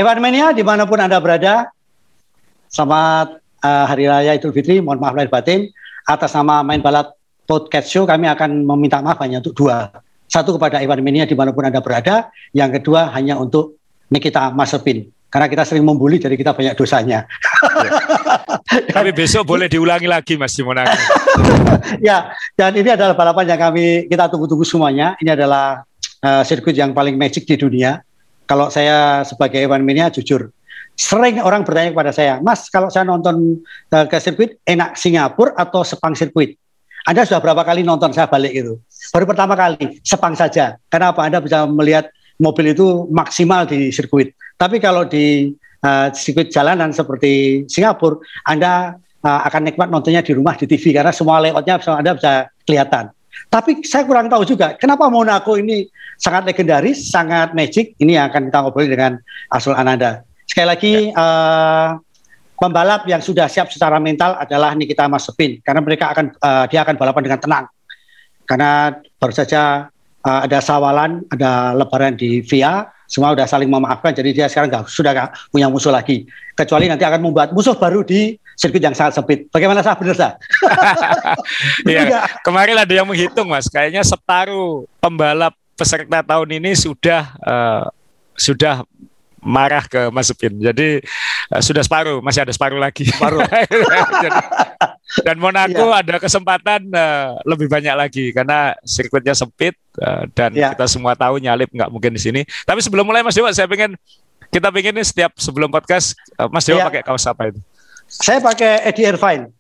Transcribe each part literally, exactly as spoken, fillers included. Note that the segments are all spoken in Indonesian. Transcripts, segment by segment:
Evan Mania dimanapun Anda berada, selamat uh, Hari Raya Idul Fitri, mohon maaf lahir batin. Atas nama Main Balap Podcast Show, kami akan meminta maaf hanya untuk dua. Satu kepada Evan Mania dimanapun Anda berada, yang kedua hanya untuk Nikita Mazepin. Karena kita sering membuli, jadi kita banyak dosanya. Ya. Tapi besok boleh diulangi lagi Mas di Monaco. Ya, dan ini adalah balapan yang kami kita tunggu-tunggu semuanya. Ini adalah uh, sirkuit yang paling magic di dunia. Kalau saya sebagai Evan Mania jujur, sering orang bertanya kepada saya, Mas, kalau saya nonton uh, ke sirkuit, enak Singapura atau Sepang sirkuit? Anda sudah berapa kali nonton saya balik itu? Baru pertama kali, Sepang saja. Kenapa? Anda bisa melihat mobil itu maksimal di sirkuit. Tapi kalau di uh, sirkuit jalanan seperti Singapura, Anda uh, akan nikmat nontonnya di rumah di T V karena semua layoutnya Anda bisa kelihatan. Tapi saya kurang tahu juga kenapa Monaco ini sangat legendaris, sangat magic. Ini yang akan kita ngobrolin dengan Arsul Ananda. Sekali lagi, ya. uh, pembalap yang sudah siap secara mental adalah Nikita Mazepin karena mereka akan uh, dia akan balapan dengan tenang. Karena baru saja uh, ada sawalan, ada lebaran di V I A. Semua sudah saling memaafkan, jadi dia sekarang gak, sudah nggak punya musuh lagi. Kecuali nanti akan membuat musuh baru di sirkuit yang sangat sempit. Bagaimana sah, benar sah? Iya, kemarin ada yang menghitung Mas, kayaknya separuh pembalap peserta tahun ini sudah uh, sudah marah ke Mazepin. Jadi uh, sudah separuh, masih ada separuh lagi. Separuh. Jadi, dan Monaco iya. ada kesempatan uh, lebih banyak lagi karena sirkuitnya sempit uh, dan iya. kita semua tahu nyalip nggak mungkin di sini. Tapi sebelum mulai Mas Dewa, saya pengen kita pengen nih setiap sebelum podcast uh, Mas Dewa iya. pakai kaos apa itu? Saya pakai Eddie Irvine.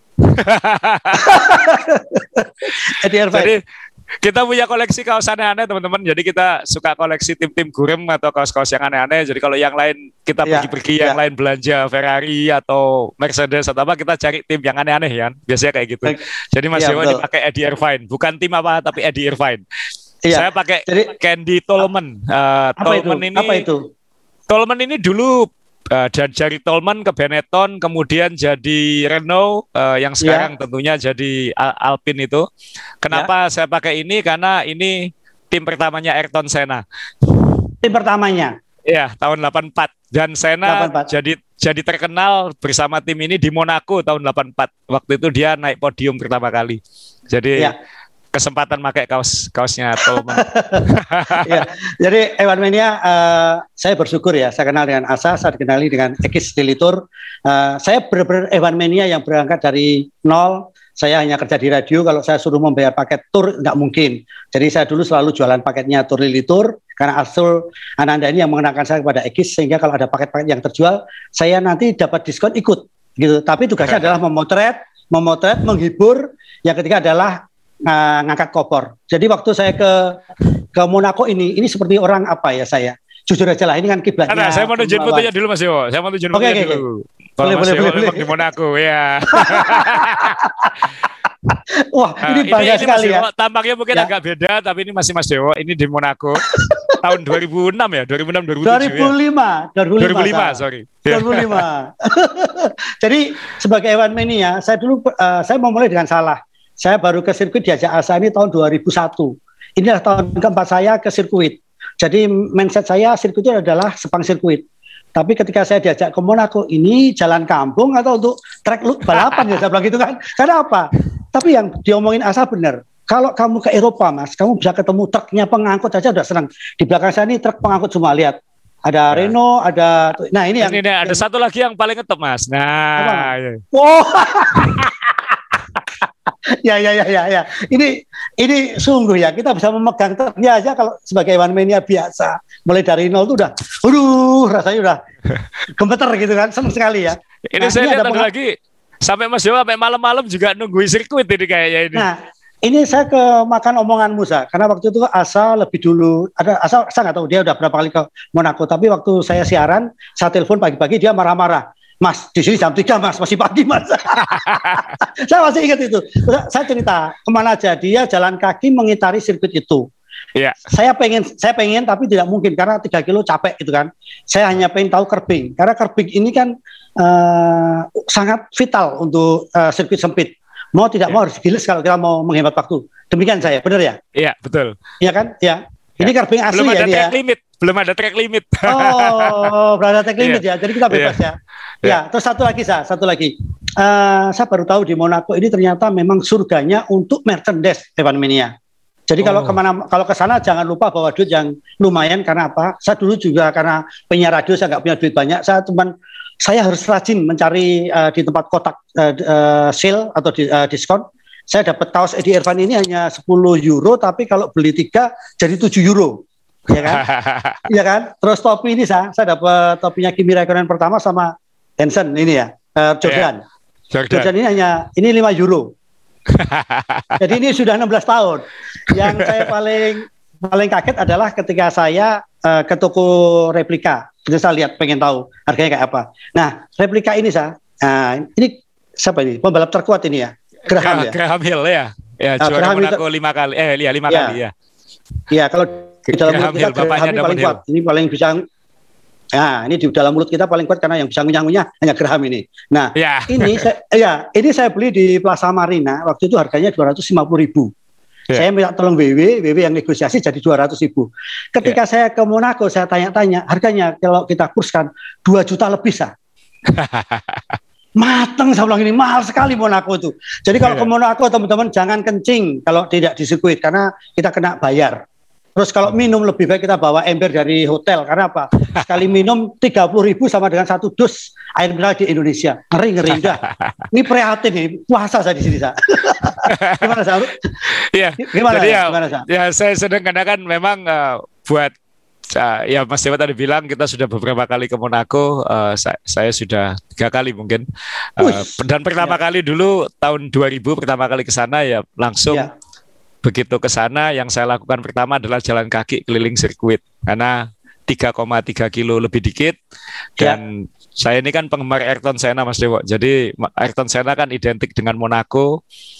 Eddie Irvine. Jadi kita punya koleksi kaos aneh-aneh teman-teman. Jadi kita suka koleksi tim-tim gurem atau kaos-kaos yang aneh-aneh. Jadi kalau yang lain kita ya, pergi-pergi, ya. yang lain belanja Ferrari atau Mercedes atau apa, kita cari tim yang aneh-aneh ya. Biasanya kayak gitu. Jadi Mas Dewa ya, ini pakai Eddie Irvine, bukan tim apa tapi Eddie Irvine. Ya. Saya pakai Jadi, Candy Tolman. Uh, apa Tolman itu? ini. Apa itu? Tolman ini dulu Uh, dan dari Tolman ke Benetton, kemudian jadi Renault, uh, yang sekarang yeah. tentunya jadi Al- Alpine itu. Kenapa yeah. saya pakai ini? Karena ini tim pertamanya Ayrton Senna. Tim pertamanya? Iya, tahun delapan puluh empat. Dan Senna jadi jadi terkenal bersama tim ini di Monaco tahun delapan puluh empat. Waktu itu dia naik podium pertama kali. Jadi yeah. kesempatan pakai kaos kaosnya Tolman. Ya, jadi Evan Mania, uh, saya bersyukur ya, saya kenal dengan Asa, saya dikenali dengan Ekis Dilitur. Uh, saya benar-benar Evan Mania yang berangkat dari nol. Saya hanya kerja di radio, kalau saya suruh membayar paket tur nggak mungkin. Jadi saya dulu selalu jualan paketnya Tur Lilitur, karena Arsul Ananda ini yang mengenalkan saya kepada Ekis, sehingga kalau ada paket-paket yang terjual, saya nanti dapat diskon ikut. Gitu. Tapi tugasnya adalah memotret, memotret, menghibur. Yang ketiga adalah Uh, ngangkat koper. Jadi waktu saya ke ke Monaco ini, ini seperti orang apa ya saya? Jujur aja lah, ini kan kiblatnya. Nah, saya mau tunjukin fotonya dulu Mas Dewo. Saya mau tunjukin okay, fotonya okay, dulu. Okay. Boleh, boleh, boleh, boleh. Di Monaco, ya. Wah, ini bangga ini, ini sekali Dewo, ya. Tampaknya mungkin ya. agak beda, tapi ini masih Mas Dewo. Ini di Monaco. Tahun dua ribu enam ya, dua ribu enam dua ribu tujuh dua ribu lima, ya. dua ribu lima, sorry. dua ribu lima. Jadi sebagai Evan Mania, saya dulu uh, saya mau mulai dengan salah. Saya baru ke sirkuit diajak Asa ini tahun dua ribu satu. Inilah tahun keempat saya ke sirkuit. Jadi mindset saya sirkuitnya adalah Sepang sirkuit. Tapi ketika saya diajak ke Monaco, ini jalan kampung atau untuk trek balapan ya, saya bilang gitu kan. Karena apa? Tapi yang diomongin Asa benar. Kalau kamu ke Eropa Mas, kamu bisa ketemu truknya pengangkut saja udah senang. Di belakang saya ini truk pengangkut semua, lihat. Ada ya. Renault, ada. Nah ini yang. Ini, ini ada yang, satu lagi yang paling ngetop Mas. Nah. Ya. Oh. Ya ya ya ya ya. Ini ini sungguh ya, kita bisa memegang truknya aja kalau sebagai Evan Mania biasa. Mulai dari nol tuh udah aduh rasanya udah gemeter gitu kan, senang sekali ya. Ini nah, saya ini lihat ada peng- lagi sampai Mas Dewa sampai malam-malam juga nungguin sirkuit ini kayaknya ini. Nah, ini saya ke makan omongan Musa karena waktu itu Asa lebih dulu ada Asa saya nggak tahu dia udah berapa kali ke Monaco, tapi waktu saya siaran, saya telepon pagi-pagi dia marah-marah. Mas, di sini jam tiga Mas, masih pagi Mas. Saya masih ingat itu. Saya cerita kemana aja dia jalan kaki mengitari sirkuit itu. Iya. Saya pengen, saya pengen tapi tidak mungkin karena tiga kilo capek gitu kan. Saya hanya pengen tahu curbing karena curbing ini kan uh, sangat vital untuk uh, sirkuit sempit. Mau tidak ya. mau harus giles kalau kita mau menghemat waktu. Demikian saya, benar ya? Iya betul. Iya kan? Ya. Ini curbing asli belum ya ada ini track ya. limit, belum ada track limit. Oh, belum ada track limit ya. Jadi kita bebas yeah. ya. Ya, terus satu lagi saya, satu lagi. Uh, saya baru tahu di Monaco ini ternyata memang surganya untuk merchandise Evan Mania. Jadi oh. kalau kemana, kalau ke sana jangan lupa bawa duit yang lumayan, karena apa? Saya dulu juga karena penyiar radio saya nggak punya duit banyak, saya cuman saya harus rajin mencari uh, di tempat kotak uh, uh, sale atau di, uh, diskon. Saya dapat kaos Eddie Irfan ini hanya sepuluh euro, tapi kalau beli tiga jadi tujuh euro, ya kan? Iya kan? Terus topi ini saya, saya dapat topinya Kimi Räikkönen pertama sama Hansen ini ya, uh, Jordan. Yeah. Jordan. Jordan ini hanya ini lima euro. Jadi ini sudah enam belas tahun. Yang saya paling paling kaget adalah ketika saya uh, ke toko replika. Jadi saya lihat, pengen tahu harganya kayak apa. Nah, replika ini saya, uh, ini siapa ini? Pembalap terkuat ini ya, Graham ya. Graham Hill ya. Ya, uh, juara Monaco lima kali. Eh, ya lima ya. kali ya. Iya, kalau di dalam mulut kita Graham ini paling kuat. Ini paling bisa. Nah, ini di dalam mulut kita paling kuat karena yang bisa ngunyah-ngunyah hanya Graham ini. Nah, ya. ini saya, ya, ini saya beli di Plaza Marina. Waktu itu harganya dua ratus lima puluh ribu. Ya. Saya minta tolong W W, W W yang negosiasi jadi dua ratus ribu. Ketika ya. saya ke Monaco, saya tanya-tanya harganya kalau kita kurskan dua juta lebih sah. Mateng, saya bilang ini mahal sekali Monaco itu. Jadi kalau ya. ke Monaco teman-teman jangan kencing kalau tidak di sirkuit karena kita kena bayar. Terus kalau minum lebih baik kita bawa ember dari hotel, karena apa? Sekali minum tiga puluh ribu sama dengan satu dus air mineral di Indonesia. Ngeri-ngeri udah. Ini prihatin nih, puasa saya di sini, Sa. Gimana, Sa? Iya. Gimana, Jadi ya, gimana, Sa? Ya saya sedang katakan memang uh, buat uh, ya Mas Dewa tadi bilang kita sudah beberapa kali ke Monaco, uh, saya, saya sudah tiga kali mungkin. Uh, dan pertama ya. kali dulu tahun dua ribu pertama kali ke sana ya langsung ya. Begitu ke sana yang saya lakukan pertama adalah jalan kaki keliling sirkuit karena tiga koma tiga kilo lebih dikit dan ya. Saya ini kan penggemar Ayrton Senna Mas Dewo. Jadi Ayrton Senna kan identik dengan Monaco.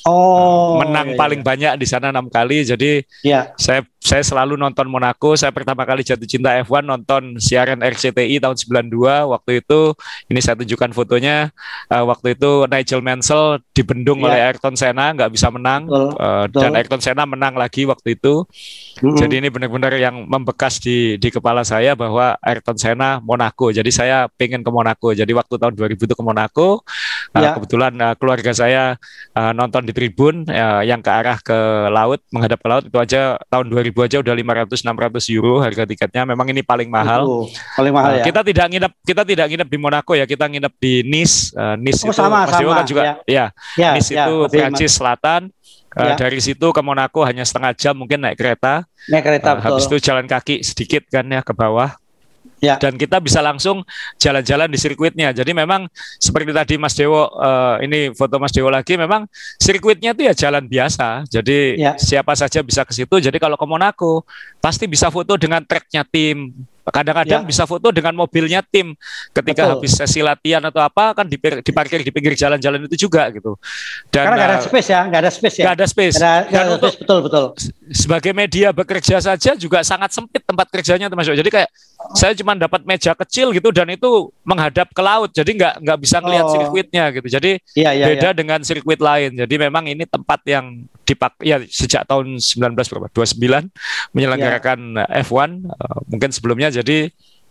Oh, menang iya, paling iya. banyak di sana enam kali. Jadi iya. saya saya selalu nonton Monaco. Saya pertama kali jatuh cinta F satu nonton siaran R C T I tahun sembilan puluh dua. Waktu itu ini saya tunjukkan fotonya. Uh, waktu itu Nigel Mansell dibendung iya. oleh Ayrton Senna, nggak bisa menang. Betul, uh, betul. Dan Ayrton Senna menang lagi waktu itu. Mm-hmm. Jadi ini benar-benar yang membekas di di kepala saya bahwa Ayrton Senna Monaco. Jadi saya pengen ke Monaco. Jadi waktu tahun dua ribu itu ke Monaco, ya. uh, kebetulan uh, keluarga saya uh, nonton di tribun uh, yang ke arah ke laut, menghadap ke laut itu aja tahun dua ribu aja udah lima ratus enam ratus euro harga tiketnya. Memang ini paling mahal. Itu, paling mahal uh, ya. Kita tidak nginep kita tidak nginep di Monaco ya, kita nginep di Nice. Uh, nice oh, itu sama, Mas Dewa kan juga ya. ya, ya Nice ya, itu Prancis Selatan. Uh, ya. Dari situ ke Monaco hanya setengah jam mungkin naik kereta. Naik kereta uh, betul. Habis itu jalan kaki sedikit kan ya ke bawah. Ya. Dan kita bisa langsung jalan-jalan di sirkuitnya. Jadi memang seperti tadi Mas Dewo, uh, ini foto Mas Dewo lagi, memang sirkuitnya itu ya jalan biasa. Jadi ya. siapa saja bisa ke situ. Jadi kalau ke Monaco pasti bisa foto dengan tracknya tim. Kadang-kadang ya. bisa foto dengan mobilnya tim ketika Betul. habis sesi latihan atau apa kan diparkir di pinggir jalan-jalan itu juga gitu. Dan karena nggak ada space ya, nggak ada space ya. Nggak ada space. Gak ada, gak ada space. Betul betul. Sebagai media bekerja saja juga sangat sempit tempat kerjanya termasuk. Jadi kayak oh. saya cuma dapat meja kecil gitu dan itu menghadap ke laut. Jadi nggak nggak bisa ngelihat oh. sirkuitnya gitu. Jadi ya, ya, beda ya. dengan sirkuit lain. Jadi memang ini tempat yang dipakai ya sejak tahun sembilan belas berapa? dua puluh sembilan menyelenggarakan ya. F satu uh, mungkin sebelumnya. Jadi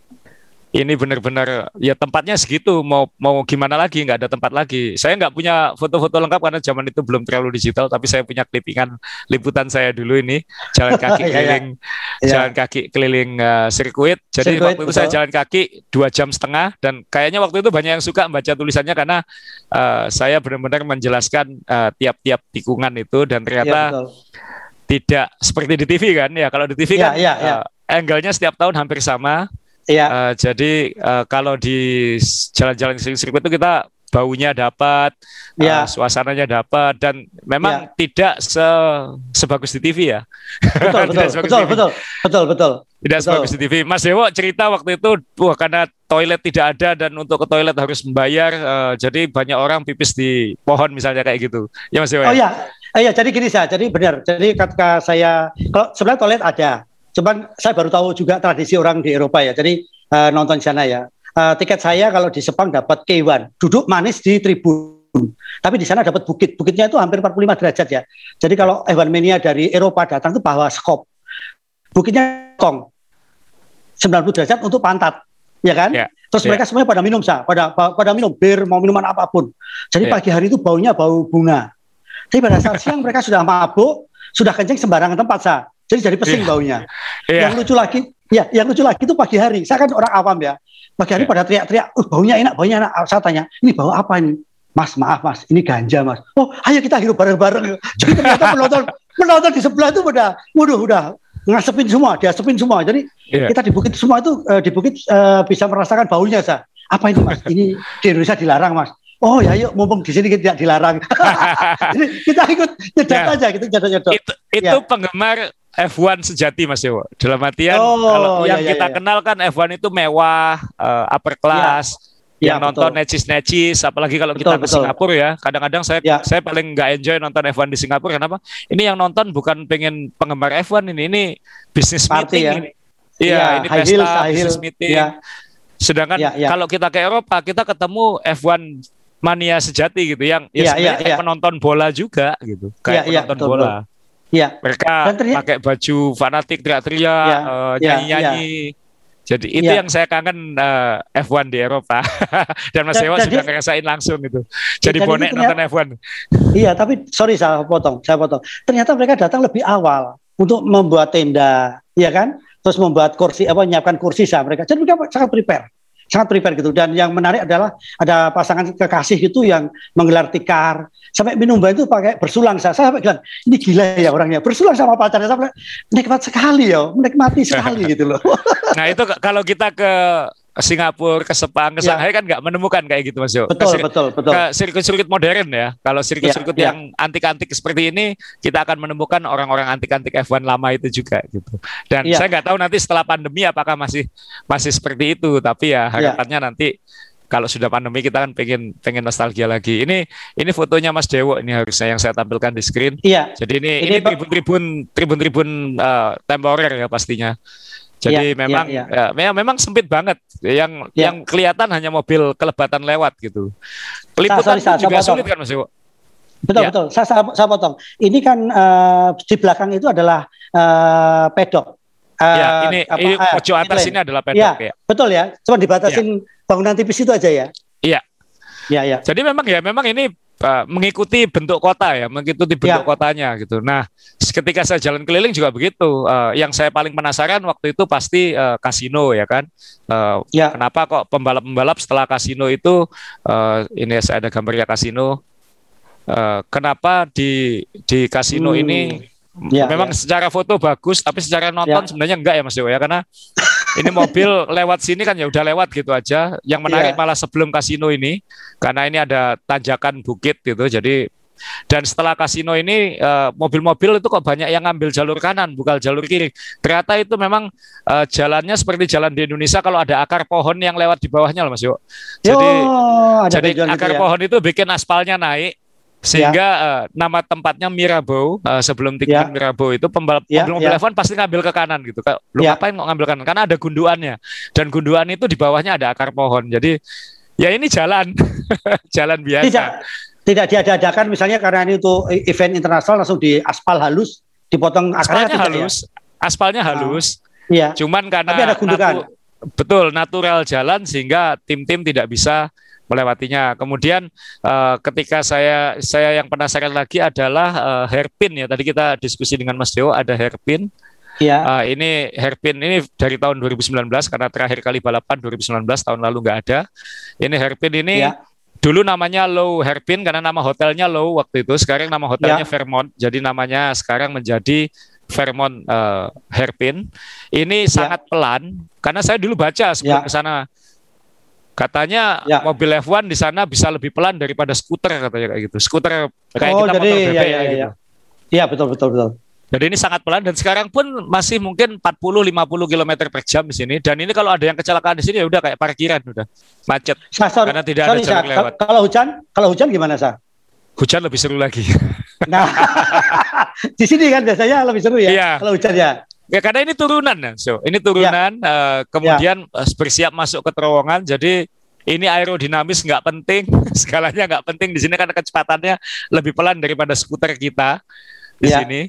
ini benar-benar ya tempatnya segitu, mau mau gimana lagi, nggak ada tempat lagi. Saya nggak punya foto-foto lengkap karena zaman itu belum terlalu digital, tapi saya punya klipingan liputan saya dulu ini jalan kaki keliling yeah. jalan kaki keliling uh, sirkuit. Jadi sirkuit, waktu itu betul. saya jalan kaki dua jam setengah dan kayaknya waktu itu banyak yang suka membaca tulisannya karena uh, saya benar-benar menjelaskan uh, tiap-tiap tikungan itu dan ternyata yeah, tidak seperti di T V kan ya. Kalau di T V yeah, kan yeah, yeah. Uh, angle-nya setiap tahun hampir sama. Iya. Uh, jadi uh, kalau di jalan-jalan sirkuit itu kita baunya dapat, ya. uh, suasananya dapat, dan memang ya. tidak se sebagus di T V ya. Betul betul betul, betul betul betul. Tidak betul. sebagus di T V. Mas Dewo cerita waktu itu, wah karena toilet tidak ada dan untuk ke toilet harus membayar, uh, jadi banyak orang pipis di pohon misalnya kayak gitu. Ya Mas Dewo. Oh ya, iya. Jadi gini saya, jadi benar. Jadi ketika saya, kalau sebenarnya toilet ada. Cuman saya baru tahu juga tradisi orang di Eropa ya. Jadi uh, nonton di sana ya. Uh, tiket saya kalau di Sepang dapat K satu, duduk manis di tribun. Tapi di sana dapat bukit. Bukitnya itu hampir empat puluh lima derajat ya. Jadi kalau Evan Mania dari Eropa datang itu bawa skop. Bukitnya kong. sembilan puluh derajat untuk pantat, ya kan? Yeah. Terus yeah. mereka semuanya pada minum sah, pada pada minum bir, mau minuman apapun. Jadi yeah. pagi hari itu baunya bau bunga. Tapi pada saat siang mereka sudah mabuk, sudah kencing sembarangan tempat sah. Jadi jadi pesing yeah. baunya. Yeah. Yang lucu lagi, ya, yang lucu lagi itu pagi hari. Saya kan orang awam ya. Pagi hari yeah. pada teriak-teriak, uh, baunya enak, baunya enak. Saya tanya, ini bau apa ini? Mas, maaf mas, ini ganja mas. Oh, ayo kita hirup bareng-bareng. Jadi ternyata penonton penonton di sebelah itu udah, waduh, udah ngasepin semua, diasepin semua. Jadi yeah. kita di bukit semua itu uh, di bukit uh, bisa merasakan baunya sah. Apa ini mas? Ini di Indonesia dilarang mas. Oh ya, yuk mumpung di sini tidak dilarang. Jadi kita ikut nyedot yeah. aja, gitu nyedot-nyedot. Itu, itu yeah. penggemar F satu sejati Mas Dewo. Dalam artian oh, kalau yang iya, kita iya. kenal kan F satu itu mewah, uh, upper class. Yeah. Yang ya, nonton necis-necis, apalagi kalau betul, kita ke betul. Singapura ya, kadang-kadang saya ya. saya paling nggak enjoy nonton F satu di Singapura. Kenapa? Ini yang nonton bukan pengen penggemar F satu ini, ini bisnis meeting ya. ini. Iya, ya, ini pesta bisnis meeting. Ya. Sedangkan ya, ya. kalau kita ke Eropa, kita ketemu F satu mania sejati gitu, yang ya, ya sebenarnya ya, kayak ya. penonton bola juga gitu, kayak ya, penonton ya, betul, bola. Betul. Ya. Mereka pakai baju fanatik, teriak-teriak, ya, uh, ya, nyanyi-nyanyi. Ya. Jadi itu ya. yang saya kangen uh, F satu di Eropa. Dan Mas Dewa sudah ngerasain langsung itu. Jadi ya, bonek nonton F satu. Iya, tapi sorry saya potong, saya potong. Ternyata mereka datang lebih awal untuk membuat tenda, ya kan? Terus membuat kursi, apa menyiapkan kursi sah mereka. Jadi mereka sangat prepare. Sangat prepare gitu. Dan yang menarik adalah ada pasangan kekasih itu yang menggelar tikar, sampai minum bahan itu pakai bersulang. Saya sampai bilang, ini gila ya orangnya, bersulang sama pacarnya. Sampai nikmat sekali ya, menikmati sekali gitu loh. Nah itu kalau kita ke Singapura, ke Sepang, ke Shanghai ya. kan nggak menemukan kayak gitu Mas Yo. Betul, ke, betul, betul. Ke sirkuit-sirkuit modern ya. Kalau sirkuit-sirkuit ya, yang ya. antik-antik seperti ini, kita akan menemukan orang-orang antik-antik F satu lama itu juga gitu. Dan ya. saya nggak tahu nanti setelah pandemi apakah masih masih seperti itu. Tapi ya harapannya ya. nanti kalau sudah pandemi kita kan pengen pengen nostalgia lagi. Ini ini fotonya Mas Dewo ini harusnya yang saya tampilkan di screen. Iya. Jadi ini ini tribun-tribun tribun-tribun uh, temporer ya pastinya. Jadi ya, memang ya, ya. Ya, memang sempit banget. Yang ya. yang kelihatan hanya mobil kelebatan lewat gitu. Peliputan sa, sorry, juga sa, sulit kan Mas Dewo. Betul ya. betul. Saya, saya, saya potong. Ini kan uh, di belakang itu adalah uh, pedok. Uh, ya, ini apa, ini pojok atas ini, ini adalah pedok ya. ya. Betul ya. Cuma dibatasin ya. bangunan tipis itu aja ya. Iya. Ya, ya. Jadi memang ya memang ini uh, mengikuti bentuk kota ya, mengikuti bentuk ya. kotanya gitu. Nah, ketika saya jalan keliling juga begitu. Uh, yang saya paling penasaran waktu itu pasti uh, kasino ya kan. Uh, ya. Kenapa kok pembalap-pembalap setelah kasino itu uh, ini saya ada gambarnya kasino. Uh, kenapa di di kasino hmm. ini Ya, memang ya. secara foto bagus, tapi secara nonton ya. sebenarnya enggak ya Mas Dewo ya, karena ini mobil lewat sini kan ya udah lewat gitu aja. Yang menarik ya. malah sebelum kasino ini, karena ini ada tanjakan bukit gitu. Jadi dan setelah kasino ini uh, mobil-mobil itu kok banyak yang ngambil jalur kanan, bukan jalur kiri. Ternyata itu memang uh, jalannya seperti jalan di Indonesia kalau ada akar pohon yang lewat di bawahnya loh Mas Dewo. Jadi, Yo, jadi akar gitu ya. pohon itu bikin aspalnya naik. Sehingga ya. uh, nama tempatnya Mirabeau, uh, sebelum tikungan ya. Mirabeau itu pembalap ya, mobil-mobil ya. F satu pasti ngambil ke kanan gitu. Lu ya. ngapain kok ngambil kanan? Karena ada gunduannya. Dan gunduan itu di bawahnya ada akar pohon. Jadi ya ini jalan. jalan biasa. Tidak, tidak diadakan misalnya karena ini itu event internasional langsung di aspal halus, dipotong akarnya aspalnya halus. Ya? Aspalnya halus. Uh, iya. Cuman karena Tapi ada gundukan. Natu- betul, natural jalan sehingga tim-tim tidak bisa melewatinya. Kemudian uh, ketika saya saya yang penasaran lagi adalah uh, hairpin ya. Tadi kita diskusi dengan Mas Dewo ada hairpin. Ya. Uh, ini hairpin ini dari tahun dua ribu sembilan belas karena terakhir kali balapan dua ribu sembilan belas tahun lalu nggak ada. Ini hairpin ini ya. dulu namanya Low Hairpin karena nama hotelnya Low waktu itu. Sekarang nama hotelnya ya. Fairmont. Jadi namanya sekarang menjadi Fairmont uh, Hairpin. Ini ya. sangat pelan karena saya dulu baca sebelum ya. ke sana. Katanya ya. mobil F satu di sana bisa lebih pelan daripada skuter katanya kayak gitu. Skuter kayak oh, kita jadi, motor B B ya, ya, ya, gitu. Iya betul betul betul. Jadi ini sangat pelan dan sekarang pun masih mungkin empat puluh sampai lima puluh kilometer per jam di sini. Dan ini kalau ada yang kecelakaan di sini ya udah kayak parkiran udah macet. Sa, sorry, karena tidak sorry, ada jalur lewat. Kalau hujan, kalau hujan gimana Sa? Hujan lebih seru lagi. Nah, di sini kan biasanya lebih seru ya. Iya. Kalau hujan ya. Ya karena ini turunan ya, so ini turunan, ya. uh, kemudian ya. bersiap masuk ke terowongan, jadi ini aerodinamis nggak penting, segalanya nggak penting di sini karena kecepatannya lebih pelan daripada skuter kita di ya. sini.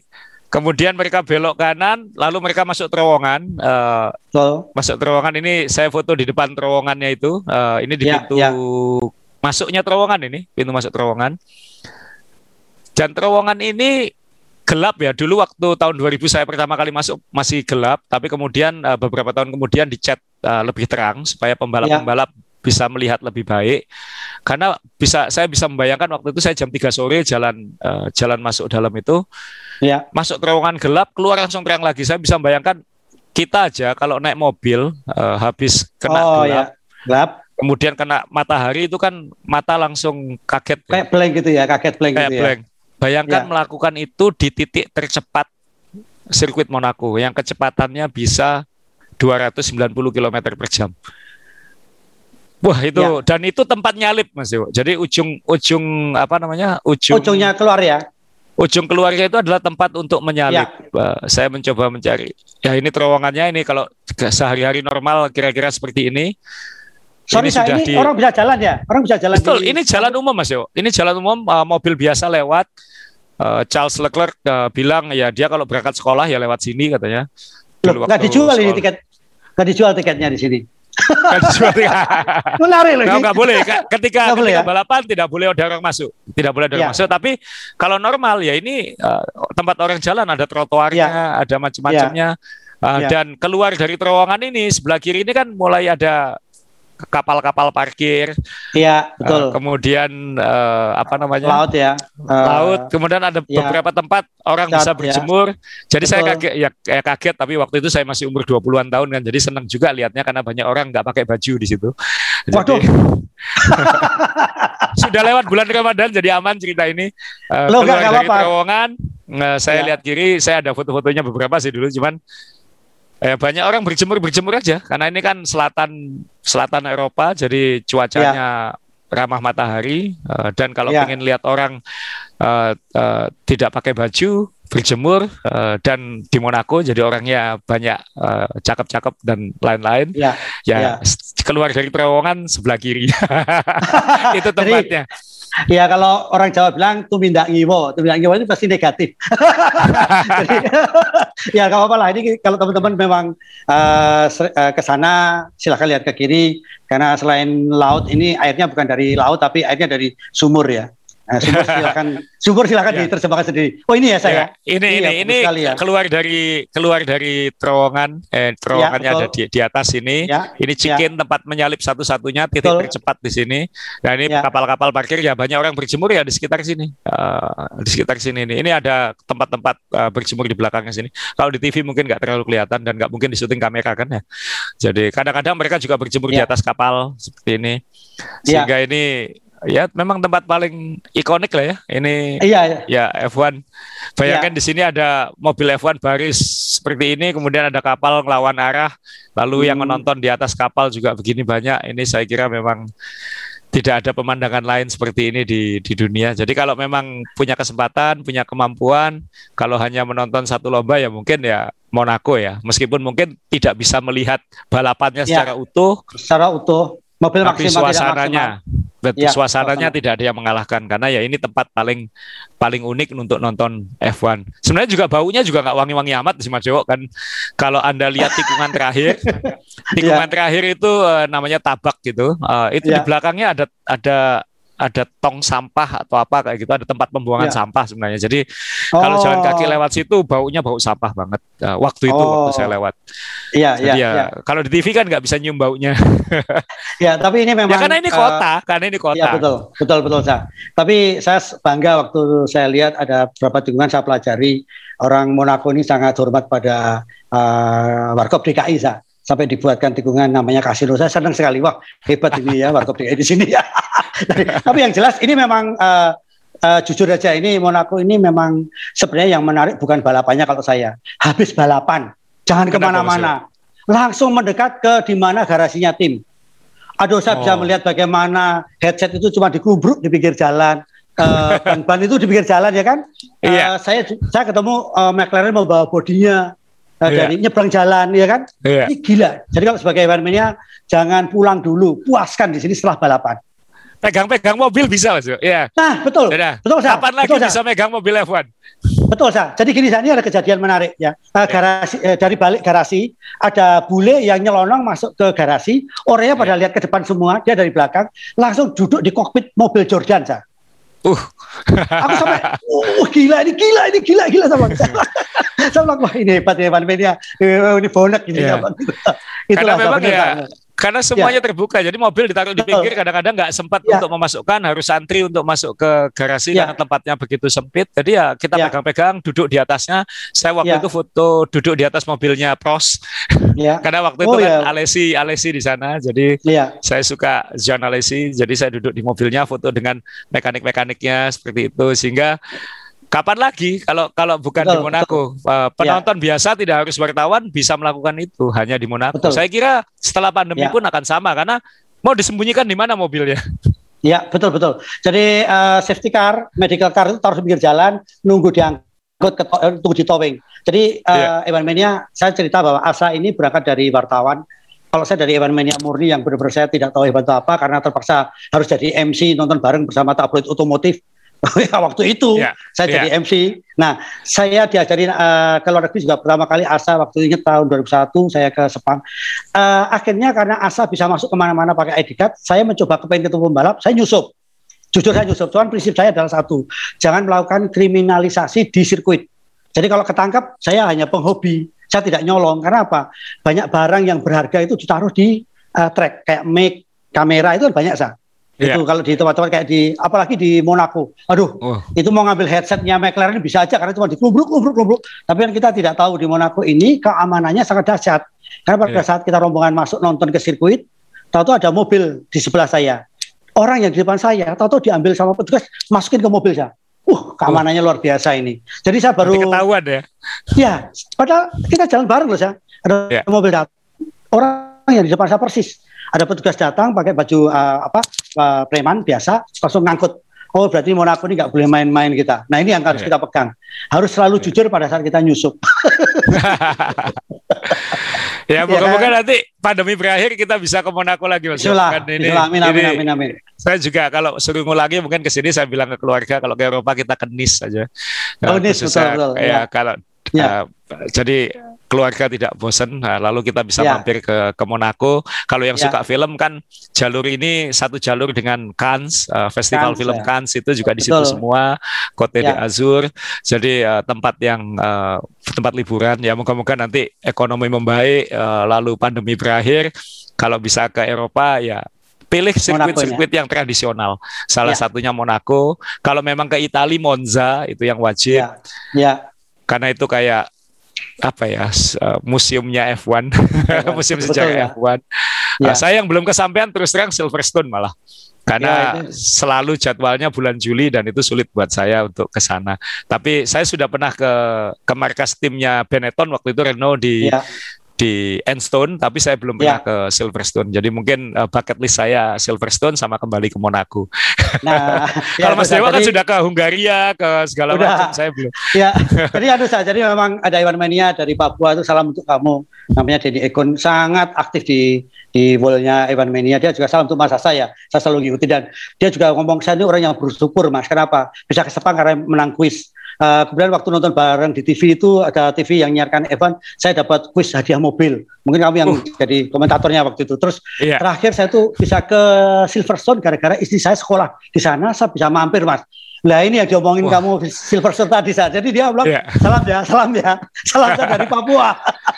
kemudian mereka belok kanan, lalu mereka masuk terowongan. Uh, Betul. Masuk terowongan ini saya foto di depan terowongannya itu. Uh, ini di Ya, pintu ya. masuknya terowongan ini, pintu masuk terowongan. Dan terowongan ini gelap ya. Dulu waktu tahun dua ribu saya pertama kali masuk masih gelap, tapi kemudian uh, beberapa tahun kemudian dicat uh, lebih terang supaya pembalap-pembalap ya. Bisa melihat lebih baik. Karena bisa saya bisa membayangkan waktu itu saya jam tiga sore jalan uh, jalan masuk dalam itu. Ya. Masuk terowongan gelap, keluar langsung terang lagi. Saya bisa membayangkan kita aja kalau naik mobil uh, habis kena oh, gelap, ya. gelap, kemudian kena matahari itu kan mata langsung kaget. Kayak blank gitu ya, kaget blank Kayak gitu blank. ya. Bayangkan ya. melakukan itu di titik tercepat sirkuit Monaco yang kecepatannya bisa dua ratus sembilan puluh kilometer per jam. Wah itu ya. Dan itu tempat nyalip Mas Yo. Jadi ujung ujung apa namanya ujung ujungnya keluar ya. Ujung keluarnya itu adalah tempat untuk menyalip. Ya. Uh, saya mencoba mencari. Ya ini terowongannya ini kalau sehari-hari normal kira-kira seperti ini. Sorry, ini, saya, ini di... orang bisa jalan ya? Orang bisa jalan. Betul, di... ini jalan umum Mas Yo. Ini jalan umum, uh, mobil biasa lewat. Uh, Charles Leclerc uh, bilang ya dia kalau berangkat sekolah ya lewat sini katanya. Loh, nggak dijual sekolah. Ini tiket, nggak dijual tiketnya di sini. Menarik lagi. Nggak boleh. Ketika, nggak ketika boleh, ya? balapan tidak boleh ada orang masuk, tidak boleh ada orang ya. masuk. Tapi kalau normal ya ini uh, tempat orang jalan ada trotoarnya, ya. ada macam-macamnya. Ya. Uh, ya. Dan keluar dari terowongan ini sebelah kiri ini kan mulai ada kapal-kapal parkir, iya betul. Uh, kemudian uh, apa namanya laut ya, uh, laut. Kemudian ada ya. beberapa tempat orang Cat, bisa berjemur. Ya. Jadi betul. saya kaget, ya kayak kaget. Tapi waktu itu saya masih umur dua puluhan tahun kan, jadi senang juga lihatnya karena banyak orang nggak pakai baju di situ. Waduh. Jadi, sudah lewat bulan Ramadan, jadi aman cerita ini. Uh, Loh, keluar gak, dari apa-apa. terowongan, uh, saya ya. lihat kiri, saya ada foto-fotonya beberapa sih dulu, cuman Eh, banyak orang berjemur berjemur aja karena ini kan selatan selatan Eropa, jadi cuacanya ya. ramah matahari uh, dan kalau ya. ingin lihat orang uh, uh, tidak pakai baju berjemur uh, dan di Monaco jadi orangnya banyak uh, cakep-cakep dan lain-lain ya. ya, ya. keluar dari terowongan sebelah kiri itu tempatnya. Jadi, ya kalau orang Jawa bilang tumindak ngiwo, tumindak ngiwo itu pasti negatif. Jadi, ya nggak apa-apa lah. Ini kalau teman-teman memang uh, ke sana silakan lihat ke kiri karena selain laut ini airnya bukan dari laut tapi airnya dari sumur ya. Nah, sumur silakan, sumur silakan ya. diterjemahkan sendiri. Oh ini ya saya. Ya, ini ini ini, ini ya. keluar dari keluar dari terowongan, eh, terowongannya ya, ada di, di atas ini. Ya. Ini Cikin ya. tempat menyalip satu-satunya titik betul. tercepat di sini. Nah ini ya. kapal-kapal parkir ya banyak orang berjemur ya di sekitar sini, uh, di sekitar sini ini. Ini ada tempat-tempat uh, berjemur di belakangnya sini. Kalau di T V mungkin nggak terlalu kelihatan dan nggak mungkin di syuting kamera kan ya. Jadi kadang-kadang mereka juga berjemur ya. di atas kapal seperti ini. Sehingga ya. ini ya memang tempat paling ikonik lah ya ini iya, iya. ya F satu. Bayangkan iya. di sini ada mobil F satu baris seperti ini, kemudian ada kapal ngelawan arah, lalu hmm. yang menonton di atas kapal juga begini banyak. Ini saya kira memang tidak ada pemandangan lain seperti ini di di dunia. Jadi kalau memang punya kesempatan, punya kemampuan, kalau hanya menonton satu lomba ya mungkin ya Monaco ya. Meskipun mungkin tidak bisa melihat balapannya ya. secara utuh. Secara utuh. Mobil tapi maksimal suasananya, betul, ya, suasananya suasana. tidak ada yang mengalahkan karena ya ini tempat paling paling unik untuk nonton F satu. Sebenarnya juga baunya juga nggak wangi-wangi amat sih Mas Jowo kan. Kalau Anda lihat tikungan terakhir, tikungan ya. terakhir itu uh, namanya tabak gitu. Uh, itu ya. di belakangnya ada ada ada tong sampah atau apa kayak gitu, ada tempat pembuangan ya. sampah sebenarnya. Jadi oh. kalau jalan kaki lewat situ baunya bau sampah banget. Uh, waktu itu oh. waktu saya lewat. Iya, iya. Ya, ya. Kalau di T V kan nggak bisa nyium baunya. Ya, tapi ini memang. Ya karena ini kota, uh, karena ini kota. Ya betul, betul, betul saya. Tapi saya bangga waktu saya lihat ada beberapa tikungan saya pelajari orang Monaco ini sangat hormat pada uh, Warkop D K I saya. Sampai dibuatkan tikungan namanya kasino. Saya senang sekali, wah hebat ini ya Warkop D K I di sini ya. Tapi yang jelas ini memang uh, uh, jujur aja ini Monaco ini memang sebenarnya yang menarik bukan balapannya kalau saya. Habis balapan, jangan kemana-mana, langsung mendekat ke di mana garasinya tim. Aduh saya oh. bisa melihat bagaimana headset itu cuma dikubruk di pinggir jalan, uh, ban-ban itu di pinggir jalan ya kan. Uh, iya. Saya saya ketemu uh, McLaren mau bawa bodinya. Nah, yeah. dari nyebrang jalan, ya kan? Yeah. Ini gila. Jadi kalau sebagai Evan Mania, jangan pulang dulu, puaskan di sini setelah balapan. pegang-pegang mobil bisa Mas. Iya. Nah, betul. Sudah. Betul, Sa. Kapan lagi Betul, Sa. bisa megang mobil F satu? Betul, Sa. Jadi gini, Sa, ini ada kejadian menarik ya. Uh, garasi eh, dari balik garasi ada bule yang nyelonong masuk ke garasi, orangnya pada lihat ke depan semua, dia dari belakang langsung duduk di kokpit mobil Jordan, Sa. Uh. Aku sampai, uh, gila ini, gila ini, gila, gila sama. Saya bilang, wah ini hebat ya, Evan Mania. Ini bonek ini. Yeah. Karena memang ya, karena semuanya ya. terbuka, jadi mobil ditaruh di pinggir, kadang-kadang nggak sempat ya. untuk memasukkan, harus antri untuk masuk ke garasi ya. karena tempatnya begitu sempit. Jadi ya kita ya. pegang-pegang, duduk di atasnya. Saya waktu ya. itu foto duduk di atas mobilnya Pros, ya. Karena waktu oh, itu kan ya. Alesi, Alesi di sana. Jadi ya. saya suka John Alesi, jadi saya duduk di mobilnya, foto dengan mekanik-mekaniknya seperti itu, sehingga kapan lagi kalau kalau bukan betul, di Monaco uh, penonton ya. biasa tidak harus wartawan bisa melakukan itu hanya di Monaco. Betul. Saya kira setelah pandemi ya. pun akan sama karena mau disembunyikan di mana mobilnya. Ya betul betul. Jadi uh, safety car, medical car itu taruh di pinggir jalan, nunggu diangkut ke to- tunggu di towing. Jadi uh, ya. Evan Mania, saya cerita bahwa Asa ini berangkat dari wartawan. Kalau saya dari Evan Mania murni yang benar-benar saya tidak tahu hebat apa karena terpaksa harus jadi M C nonton bareng bersama tabloid otomotif. Ya, waktu itu yeah, saya yeah. jadi M C. Nah, saya diajarin uh, ke luar negeri juga pertama kali Asa waktu ingat tahun dua ribu satu saya ke Sepang. Uh, akhirnya karena Asa bisa masuk kemana-mana pakai I D card, saya mencoba kepengen ketemu pembalap, saya nyusup. Jujur saya nyusup. Cuman prinsip saya adalah satu, jangan melakukan kriminalisasi di sirkuit. Jadi kalau ketangkap, saya hanya penghobi, saya tidak nyolong. Karena apa? Banyak barang yang berharga itu ditaruh di uh, track kayak mic, kamera itu kan banyak Sa. Itu yeah. kalau di tempat-tempat kayak di apalagi di Monaco, aduh oh. itu mau ngambil headsetnya McLaren bisa aja karena cuma diklumbruk klumbruk klumbruk. Tapi kan kita tidak tahu di Monaco ini keamanannya sangat dahsyat. Karena pada yeah. saat kita rombongan masuk nonton ke sirkuit, tahu-tahu ada mobil di sebelah saya, orang yang di depan saya, tahu-tahu diambil sama petugas masukin ke mobil saya. Uh keamanannya oh. luar biasa ini. Jadi saya baru nanti ketahuan ya. Ya, padahal kita jalan bareng loh saya. Ada yeah. mobil datang, orang yang di depan saya persis. Ada petugas datang pakai baju uh, apa uh, preman biasa langsung ngangkut. Oh berarti Monaco ini nggak boleh main-main kita. Nah ini yang harus yeah. kita pegang. Harus selalu yeah. jujur pada saat kita nyusup. Ya moga-moga ya, kan? Nanti pandemi berakhir kita bisa ke Monaco lagi Mas. Bismillah, kan ini, Bismillah, amin, ini, amin, amin, amin. Saya juga kalau suruh lagi mungkin ke sini saya bilang ke keluarga kalau ke Eropa kita ke Nice saja. Oh Nice betul, betul. Ya, ya. Kalau ya. Uh, jadi keluarga tidak bosan, nah, lalu kita bisa ya. mampir ke ke Monaco. Kalau yang ya. suka film kan jalur ini satu jalur dengan Cannes, uh, Festival Cannes, Film ya. Cannes itu juga di situ semua, Côte ya. d'Azur. Jadi uh, tempat yang uh, tempat liburan. Ya moga-moga nanti ekonomi membaik, uh, lalu pandemi berakhir. Kalau bisa ke Eropa ya pilih sirkuit-sirkuit yang tradisional. Salah ya. satunya Monaco. Kalau memang ke Italia Monza itu yang wajib. Ya. ya. Karena itu kayak apa ya uh, museumnya F satu, museum sejarah ya. F satu. Ya. Uh, saya yang belum kesampaian terus terang Silverstone malah, karena ya, selalu jadwalnya bulan Juli dan itu sulit buat saya untuk ke sana. Tapi saya sudah pernah ke ke markas timnya Benetton waktu itu Renault di ya. di Enstone, tapi saya belum pernah ya. ke Silverstone. Jadi mungkin uh, bucket list saya Silverstone sama kembali ke Monaco. Nah, kalau ya, Mas Dewa kan sudah ke Hungaria, ke segala macam, saya belum. Ya, jadi aduh saya, jadi memang ada Evan Mania dari Papua itu salam untuk kamu. Namanya Denny Egon, sangat aktif di di wallnya Evan Mania. Dia juga salam untuk Mas Asa ya. Saya selalu ngikutin dan dia juga ngomong saya ini orang yang bersyukur Mas. Kenapa? Bisa ke Sepang karena menang kuis. Uh, kemudian waktu nonton bareng di T V itu ada T V yang nyiarkan Evan, saya dapat kuis hadiah mobil. Mungkin kamu yang uh. jadi komentatornya waktu itu. Terus yeah. terakhir saya tuh bisa ke Silverstone gara-gara istri saya sekolah di sana, saya bisa mampir Mas. Lah ini yang diomongin Wah. kamu Silverstone tadi saja. Jadi dia bilang yeah. salam ya, salam ya, salam dari Papua.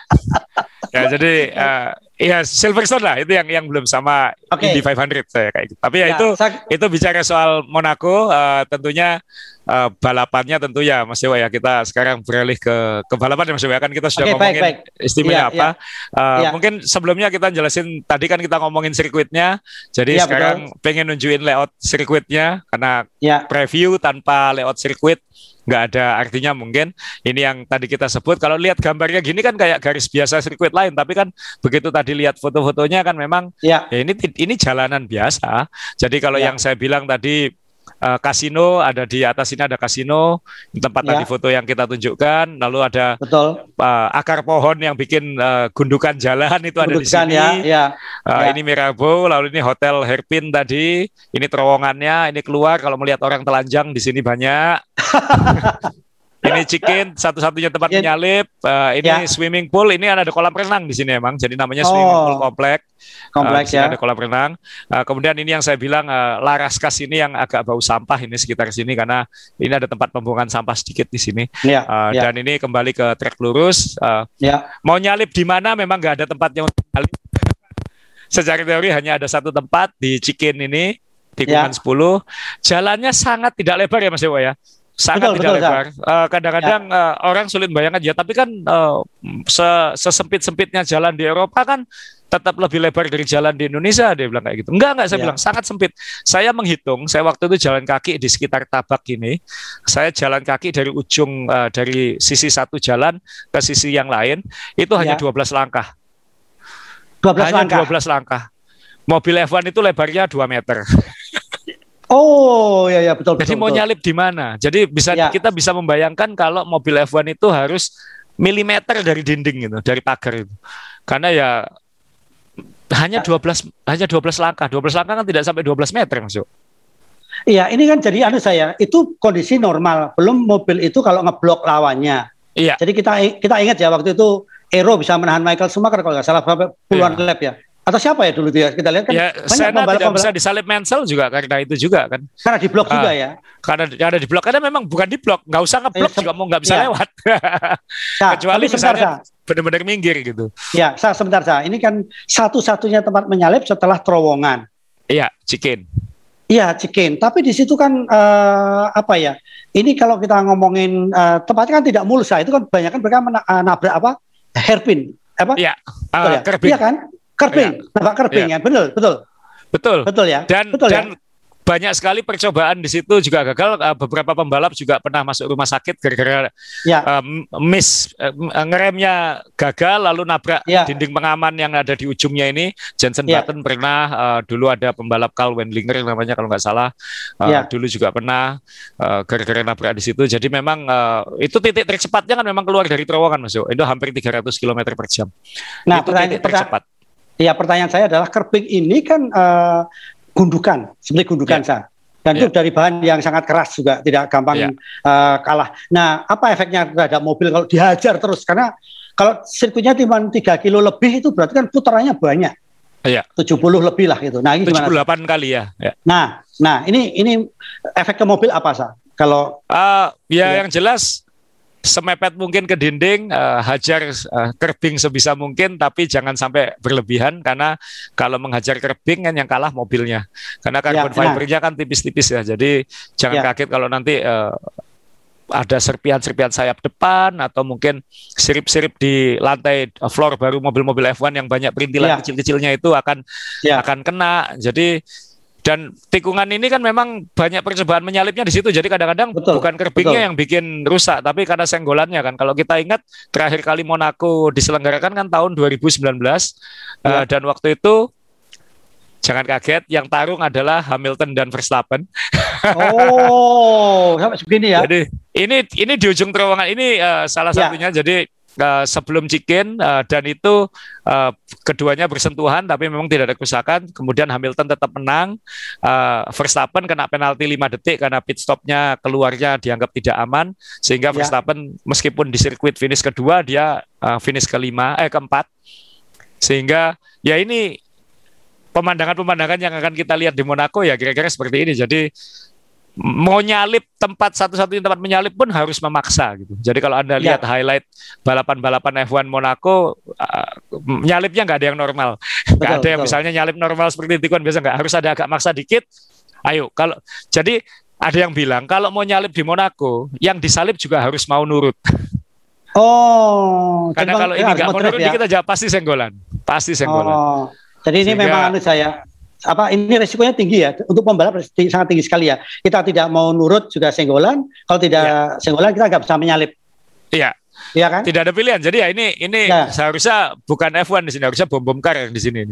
Ya jadi uh, ya Silverstone lah itu yang yang belum sama okay. Indy lima ratus saya kayak gitu. Tapi ya, ya itu saya... itu bicara soal Monaco uh, tentunya uh, balapannya tentu ya Mas Dewa ya kita sekarang beralih ke ke balapan ya Mas Dewa kan kita sudah okay, ngomongin baik, baik. istimewanya ya, apa. Ya. Uh, ya. Mungkin sebelumnya kita jelasin tadi kan kita ngomongin sirkuitnya. Jadi ya, sekarang betul. pengen nunjukin layout sirkuitnya karena ya. preview tanpa layout sirkuit nggak ada artinya mungkin. Ini yang tadi kita sebut, kalau lihat gambarnya gini kan kayak garis biasa sirkuit lain, tapi kan begitu tadi lihat foto-fotonya kan memang ya, ya ini ini jalanan biasa. Jadi kalau ya. yang saya bilang tadi uh, kasino, ada di atas ini ada kasino, tempat Ya. tadi foto yang kita tunjukkan, lalu ada Betul. uh, akar pohon yang bikin uh, gundukan jalan itu ada di Gundukan, sini. ya, ya. Uh, Ya. Ini Mirabeau, lalu ini Hotel Hairpin tadi, ini terowongannya, ini keluar kalau melihat orang telanjang di sini banyak. Ini Chicken, satu-satunya tempat Ya. menyalip. Uh, ini Ya. swimming pool, ini ada kolam renang di sini emang, jadi namanya Oh. swimming pool komplek. Kompleks, Uh, di sini ya. ada kolam renang. Uh, kemudian ini yang saya bilang uh, Laraskas ini yang agak bau sampah ini sekitar sini karena ini ada tempat pembuangan sampah sedikit di sini. Ya. Uh, Ya. Dan ini kembali ke trek lurus. Uh, Ya. mau nyalip di mana memang nggak ada tempatnya untuk nyalip. Secara teori hanya ada satu tempat di Chicken ini, tikungan Ya. sepuluh. Jalannya sangat tidak lebar ya Mas Dewa ya. Sangat Betul, tidak betul, lebar. Uh, kadang-kadang uh, orang sulit bayangkan ya, tapi kan uh, se- sesempit-sempitnya jalan di Eropa kan tetap lebih lebar dari jalan di Indonesia, dia bilang kayak gitu. Enggak, enggak, saya Ya. bilang sangat sempit. Saya menghitung, saya waktu itu jalan kaki di sekitar Tabak ini, saya jalan kaki dari ujung uh, dari sisi satu jalan ke sisi yang lain itu hanya Ya. dua belas langkah. dua belas Hanya langkah. dua belas langkah. Mobil F satu itu lebarnya dua meter. Oh, ya, ya, betul, Jadi betul. mau betul. nyalip di mana? Jadi bisa Ya. kita bisa membayangkan kalau mobil F satu itu harus milimeter dari dinding gitu, dari pagar itu. Karena ya hanya dua belas hanya dua belas langkah. dua belas langkah kan tidak sampai dua belas meter, Mas. Iya, ini kan jadi anu saya, itu kondisi normal. Belum mobil itu kalau ngeblok lawannya. Iya. Jadi kita kita ingat ya waktu itu Aero bisa menahan Michael Schumacher kalau nggak salah sampai puluhan Iya. lap ya. Atau siapa ya dulu itu ya? Kita lihat kan Ya, banyak Senna tidak pembalap-pembalap bisa disalip Mansell juga karena itu juga kan. karena di blok Ah. juga ya. Karena ada di blok, karena memang bukan di blok, nggak usah ngeblok Eh, se- juga mau nggak bisa iya. lewat. Nah, Kecuali tapi sebentar, misalnya Sa. benar-benar minggir gitu. Ya, Sa, sebentar, Sa. Ini kan satu-satunya tempat menyalip setelah terowongan. Iya, Chicken. Iya, Chicken. Tapi di situ kan eh, apa ya? Ini kalau kita ngomongin eh, tempatnya kan tidak mulus, Sa. Itu kan banyak kan mereka mena- eh, nabrak apa? Hairpin. Apa? Iya, Betul uh, ya? Kerbing. Iya kan? Kerbing, nabrak kerbing ya. Betul, betul. Betul. Betul ya. Dan betul dan ya. banyak sekali percobaan di situ juga gagal. Uh, beberapa pembalap juga pernah masuk rumah sakit gara-gara Ya. um, miss uh, ngeremnya gagal lalu nabrak Ya. dinding pengaman yang ada di ujungnya ini. Jensen Ya. Button pernah, uh, dulu ada pembalap Karl Wendlinger namanya kalau nggak salah, uh, Ya. dulu juga pernah uh, gara-gara nabrak di situ. Jadi memang uh, itu titik tercepatnya kan memang keluar dari terowongan, Mas Yo. Itu hampir tiga ratus kilometer per jam. Nah, Itu pertanyaan, titik tercepat. ya pertanyaan saya adalah kerbing ini kan eh, gundukan, seperti gundukan, Ya. Sa. Dan Ya. itu dari bahan yang sangat keras juga, tidak gampang Ya. eh, kalah. Nah, apa efeknya terhadap mobil kalau dihajar terus? Karena kalau sirkuitnya cuma tiga kilo lebih itu berarti kan putarannya banyak. Iya. tujuh puluh lebih lah gitu. Nah, ini tujuh gimana? puluh delapan kali ya. Ya. Nah, nah ini ini efek ke mobil apa, Sa? Kalau Uh, ya, Ya. yang jelas semepet mungkin ke dinding, uh, hajar uh, kerbing sebisa mungkin, tapi jangan sampai berlebihan karena kalau menghajar kerbing kan yang kalah mobilnya. Karena carbon Ya, fibernya kan tipis-tipis ya, jadi jangan Ya. kaget kalau nanti uh, ada serpian-serpian sayap depan atau mungkin sirip-sirip di lantai uh, floor baru mobil-mobil F satu yang banyak perintilan Ya. kecil-kecilnya itu akan Ya. akan kena. Jadi dan tikungan ini kan memang banyak percobaan menyalipnya di situ. Jadi kadang-kadang Betul, bukan kerbingnya betul. yang bikin rusak, tapi karena senggolannya kan. Kalau kita ingat terakhir kali Monaco diselenggarakan kan tahun dua ribu sembilan belas, Ya. uh, dan waktu itu jangan kaget, yang tarung adalah Hamilton dan Verstappen. oh, sampai begini ya. Jadi ini ini di ujung terowongan ini uh, salah Ya. satunya. Jadi uh, sebelum Chicken uh, dan itu uh, keduanya bersentuhan tapi memang tidak ada kerusakan. Kemudian Hamilton tetap menang. Uh, Verstappen kena penalti lima detik karena pit stopnya keluarnya dianggap tidak aman, sehingga Ya. Verstappen meskipun di sirkuit finish kedua dia uh, finish kelima eh keempat. Sehingga ya ini pemandangan-pemandangan yang akan kita lihat di Monaco ya kira-kira seperti ini. Jadi mau nyalip tempat satu-satunya tempat menyalip pun harus memaksa gitu. Jadi kalau Anda lihat Ya. highlight balapan-balapan F satu Monaco, uh, nyalipnya nggak ada yang normal. Nggak Betul, ada yang betul. misalnya nyalip normal seperti itu kan biasa nggak, harus ada agak maksa dikit. Ayo kalau jadi ada yang bilang kalau mau nyalip di Monaco, yang disalip juga harus mau nurut. Oh, Karena jadi kalau bang- ini harus nggak mau motif nurut ya? dikit aja pasti senggolan, pasti senggolan. Oh, jadi ini Sehingga- memang anu saya apa ini resikonya tinggi ya untuk pembalap tinggi- sangat tinggi sekali ya. Kita tidak mau nurut juga senggolan, kalau tidak Ya. senggolan kita nggak bisa menyalip. Iya. Iya kan? Tidak ada pilihan. Jadi ya ini ini Ya. seharusnya bukan F satu di sini, harusnya bom bom kar yang di sini.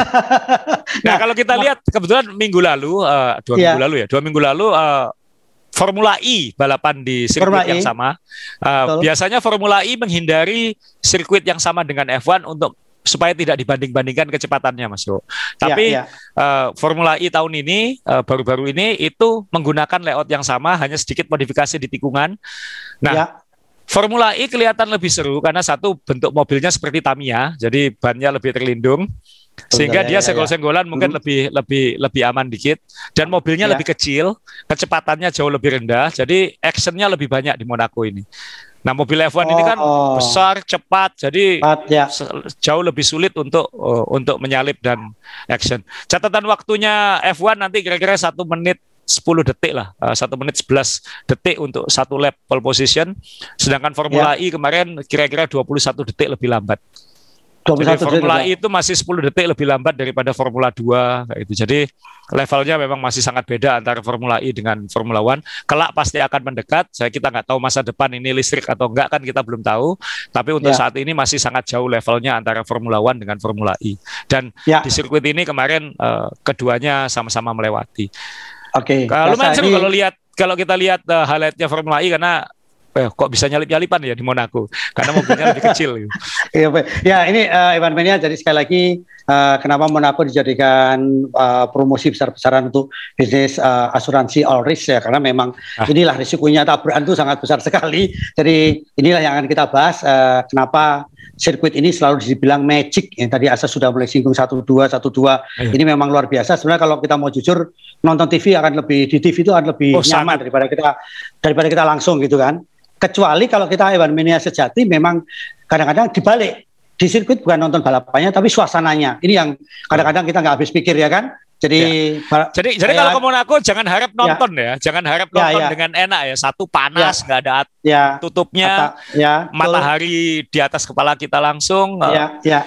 Nah, Nah, kalau kita nah, lihat kebetulan minggu lalu, uh, dua ya, minggu lalu ya, dua minggu lalu uh, Formula E balapan di Formula sirkuit yang E, sama. Uh, betul. biasanya Formula E menghindari sirkuit yang sama dengan F satu untuk supaya tidak dibanding-bandingkan kecepatannya, Mas Yo. Tapi Ya, ya. uh, Formula E tahun ini uh, baru-baru ini itu menggunakan layout yang sama, hanya sedikit modifikasi di tikungan. Nah, Ya, Formula E kelihatan lebih seru karena satu bentuk mobilnya seperti Tamiya, jadi bannya lebih terlindung, sehingga ya, dia ya, ya. senggol-senggolan mungkin Hmm. lebih lebih lebih aman dikit, dan mobilnya Ya. lebih kecil, kecepatannya jauh lebih rendah, jadi actionnya lebih banyak di Monaco ini. Nah, mobil F satu ini kan Oh, besar, cepat, jadi cepat, ya. se- jauh lebih sulit untuk uh, untuk menyalip dan action. Catatan waktunya F satu nanti kira-kira satu menit sepuluh detik lah, uh, satu menit sebelas detik untuk satu lap pole position. Sedangkan Formula E kemarin kira-kira dua puluh satu detik lebih lambat. Jadi dua puluh satu Formula detik, E itu masih sepuluh detik lebih lambat daripada Formula dua kayak itu. Jadi levelnya memang masih sangat beda antara Formula E dengan Formula One. Kelak pasti akan mendekat. Saya kita nggak tahu masa depan ini listrik atau enggak kan kita belum tahu. Tapi untuk Ya. saat ini masih sangat jauh levelnya antara Formula One dengan Formula E. Dan Ya. di sirkuit ini kemarin eh, keduanya sama-sama melewati. Oke. Kalau lumayan Biasa seru ini- kalau lihat kalau kita lihat eh, highlightnya Formula E karena eh, kok bisa nyalip-nyalipan ya di Monaco karena mobilnya lebih kecil. Gitu. Iya, Pak. Ya, ini uh, Evan Mania, jadi sekali lagi uh, kenapa Monaco dijadikan uh, promosi besar-besaran untuk bisnis uh, asuransi all risk ya, karena memang Ah. inilah risikonya tabrakan itu sangat besar sekali. Jadi inilah yang akan kita bahas, uh, kenapa sirkuit ini selalu dibilang magic. Yang tadi Asa sudah mulai singgung satu dua satu dua. Iya. Ini memang luar biasa. Sebenarnya kalau kita mau jujur, nonton T V akan lebih di T V itu akan lebih Oh, nyaman sangat. daripada kita daripada kita langsung gitu kan. Kecuali kalau kita Evan Mania sejati memang kadang-kadang dibalik, di sirkuit bukan nonton balapannya tapi suasananya. Ini yang kadang-kadang kita nggak habis pikir ya kan. Jadi ba- Jadi jadi kayak- kalau ke Monaco jangan harap nonton ya, jangan harap Ya, nonton ya. dengan enak ya. Satu panas, nggak ada at- ya tutupnya, kata- ya betul. matahari di atas kepala kita langsung. eh, ya ya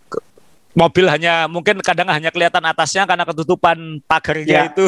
Mobil hanya mungkin kadang hanya kelihatan atasnya karena ketutupan pagarnya Ya. itu.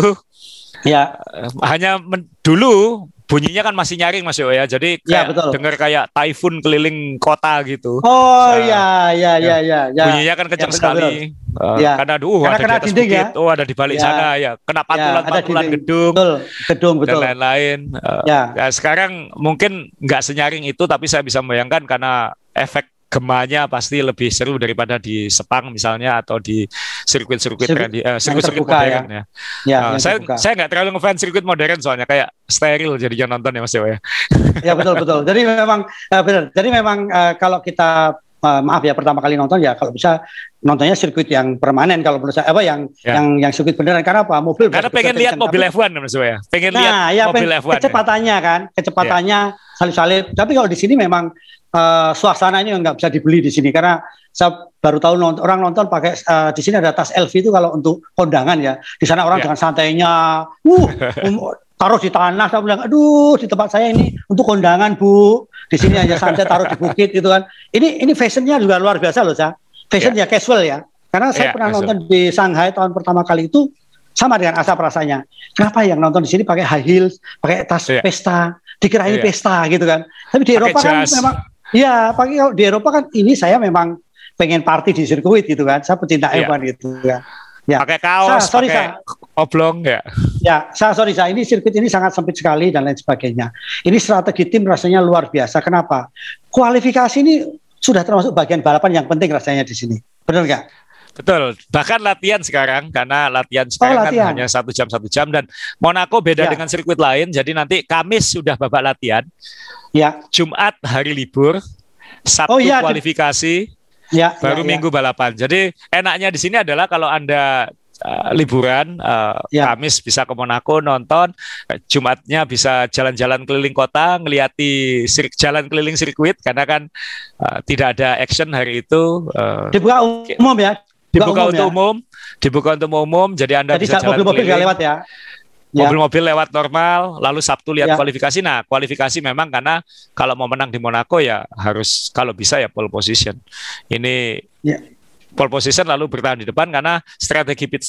ya Eh, hanya men- dulu bunyinya kan masih nyaring Mas Yo ya. Jadi Ya, kayak betul. dengar kayak typhoon keliling kota gitu. oh Eh, ya ya ya ya ya Bunyinya kan kencang Ya, betul, sekali. Eh, Ya. Karena aduh Karena ada kena di atas dinding ya. bukit, oh ada di balik Ya. sana ya. Kena ada pantulan-pantulan dinding. gedung betul gedung dan betul lain-lain. Eh, ya Ya, sekarang mungkin nggak senyaring itu, tapi saya bisa membayangkan karena efek gemanya pasti lebih seru daripada di Sepang misalnya atau di sirkuit-sirkuit Sirkuit tradi- eh, yang sirkuit-sirkuit terbuka modern ya. ya Eh, yang saya terbuka. saya nggak terlalu ngefans sirkuit modern soalnya kayak steril jadinya nonton ya Mas Dewa ya. Ya betul betul. Jadi memang eh, benar. Jadi memang eh, kalau kita eh, maaf ya pertama kali nonton ya kalau bisa nontonnya sirkuit yang permanen kalau menurut saya apa yang Ya. yang yang sirkuit beneran karena apa mobil Karena bisa pengen kencang, lihat mobil tapi- F satu Mas Dewa ya. Pengen Nah, lihat ya mobil pen- F satu. ya. kecepatannya kan, kecepatannya salip-salip. Tapi kalau di sini memang eh, suasananya nggak bisa dibeli di sini karena saya baru tahu nonton, orang nonton pakai eh, di sini ada tas L V itu kalau untuk kondangan ya. Di sana orang Ya. dengan santainya, uh, um, taruh di tanah. Saya bilang, aduh di tempat saya ini untuk kondangan bu. Di sini hanya santai taruh di bukit gitu kan. Ini ini fashionnya juga luar biasa loh saya. Fashion ya casual ya. Karena saya Ya, pernah casual. nonton di Shanghai tahun pertama kali itu sama dengan asap rasanya. Kenapa yang nonton di sini pakai high heels, pakai tas Iya. pesta, dikira ini Iya. pesta gitu kan. Tapi di Pakai Eropa kan jas. memang, ya pakai kalau di Eropa kan ini saya memang pengen party di sirkuit gitu kan. Saya pecinta Iya. F satu gitu kan. Ya, Pakai kaos, Sa, sorry, pakai Sa. oblong ya. ya, saya sorry saya ini sirkuit ini sangat sempit sekali dan lain sebagainya. Ini strategi tim rasanya luar biasa. Kenapa? Kualifikasi ini sudah termasuk bagian balapan yang penting rasanya di sini. Benar nggak? Betul, bahkan latihan sekarang karena latihan sekarang kan latihan. hanya satu jam satu jam dan Monaco beda Ya. dengan sirkuit lain. Jadi nanti Kamis sudah babak latihan, Ya, Jumat hari libur, Sabtu Oh, iya, di- kualifikasi, ya. baru ya, ya. Minggu balapan. Jadi enaknya di sini adalah kalau Anda uh, liburan, uh, Ya. Kamis bisa ke Monaco nonton, uh, Jumatnya bisa jalan-jalan keliling kota, ngeliati sir- jalan keliling sirkuit karena kan uh, tidak ada action hari itu. uh, Dibuka umum ya. dibuka umum untuk ya? umum, dibuka untuk umum, jadi Anda Jadi bisa saat jalan mobil-mobil nggak keliling. lewat ya. Ya. Mobil-mobil lewat normal, lalu Sabtu lihat Ya. kualifikasi. Nah, kualifikasi memang karena kalau mau menang di Monaco ya harus kalau bisa ya pole position. Ini Ya. pole position lalu bertahan di depan karena strategi pit stop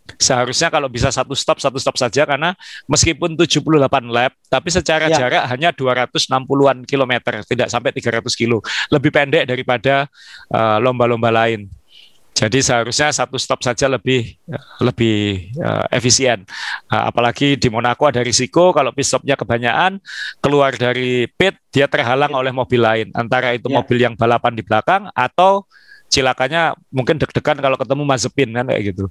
Seharusnya kalau bisa satu stop, satu stop saja karena meskipun tujuh puluh delapan lap, tapi secara ya. jarak hanya dua ratus enam puluhan kilometer, tidak sampai tiga ratus kilo. Lebih pendek daripada uh, lomba-lomba lain. Jadi seharusnya satu stop saja lebih lebih uh, efisien. Uh, apalagi di Monaco ada risiko kalau pit stopnya kebanyakan, keluar dari pit dia terhalang oleh mobil lain. Antara itu ya. mobil yang balapan di belakang atau cilakanya mungkin deg-degan kalau ketemu Mazepin kan kayak gitu.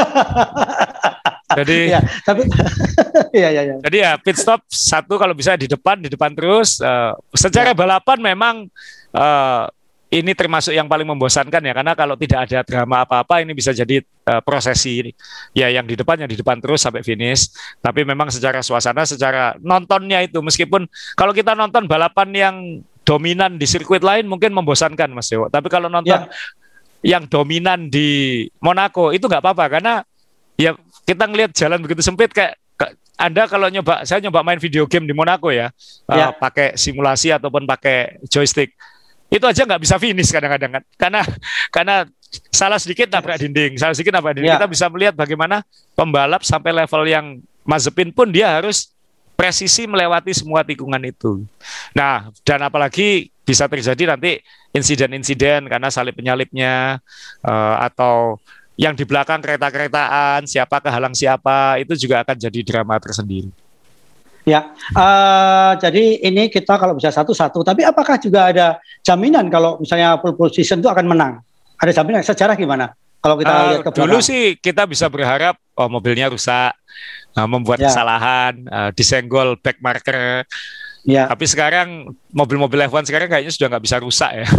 Jadi ya, tapi ya, ya, ya. Jadi ya pit stop satu kalau bisa di depan, di depan terus. Uh, secara ya. balapan memang uh, ini termasuk yang paling membosankan ya, karena kalau tidak ada drama apa-apa ini bisa jadi uh, prosesi ya yang di depan yang di depan terus sampai finish. Tapi memang secara suasana, secara nontonnya itu meskipun kalau kita nonton balapan yang dominan di sirkuit lain mungkin membosankan Mas Dewo. Tapi kalau nonton ya. yang dominan di Monaco itu nggak apa-apa karena ya kita ngelihat jalan begitu sempit kayak Anda kalau nyoba, saya nyoba main video game di Monaco ya, ya. Uh, pakai simulasi ataupun pakai joystick. Itu aja nggak bisa finish kadang-kadang kan, karena karena salah sedikit nabrak dinding, salah sedikit nabrak dinding. Ya. Kita bisa melihat bagaimana pembalap sampai level yang Mazepin pun dia harus presisi melewati semua tikungan itu. Nah, dan apalagi bisa terjadi nanti insiden-insiden karena salip penyalipnya uh, atau yang di belakang kereta-keretaan, siapa kehalang siapa, itu juga akan jadi drama tersendiri. Ya, uh, jadi ini kita kalau bisa satu-satu, tapi apakah juga ada jaminan kalau misalnya pole position itu akan menang? Ada jaminan sejarah gimana? Kalau kita uh, lihat ke belakang. Dulu sih kita bisa berharap oh mobilnya rusak, uh, membuat ya. kesalahan, uh, disenggol back marker. Ya. Tapi sekarang mobil-mobil F satu sekarang kayaknya sudah nggak bisa rusak ya.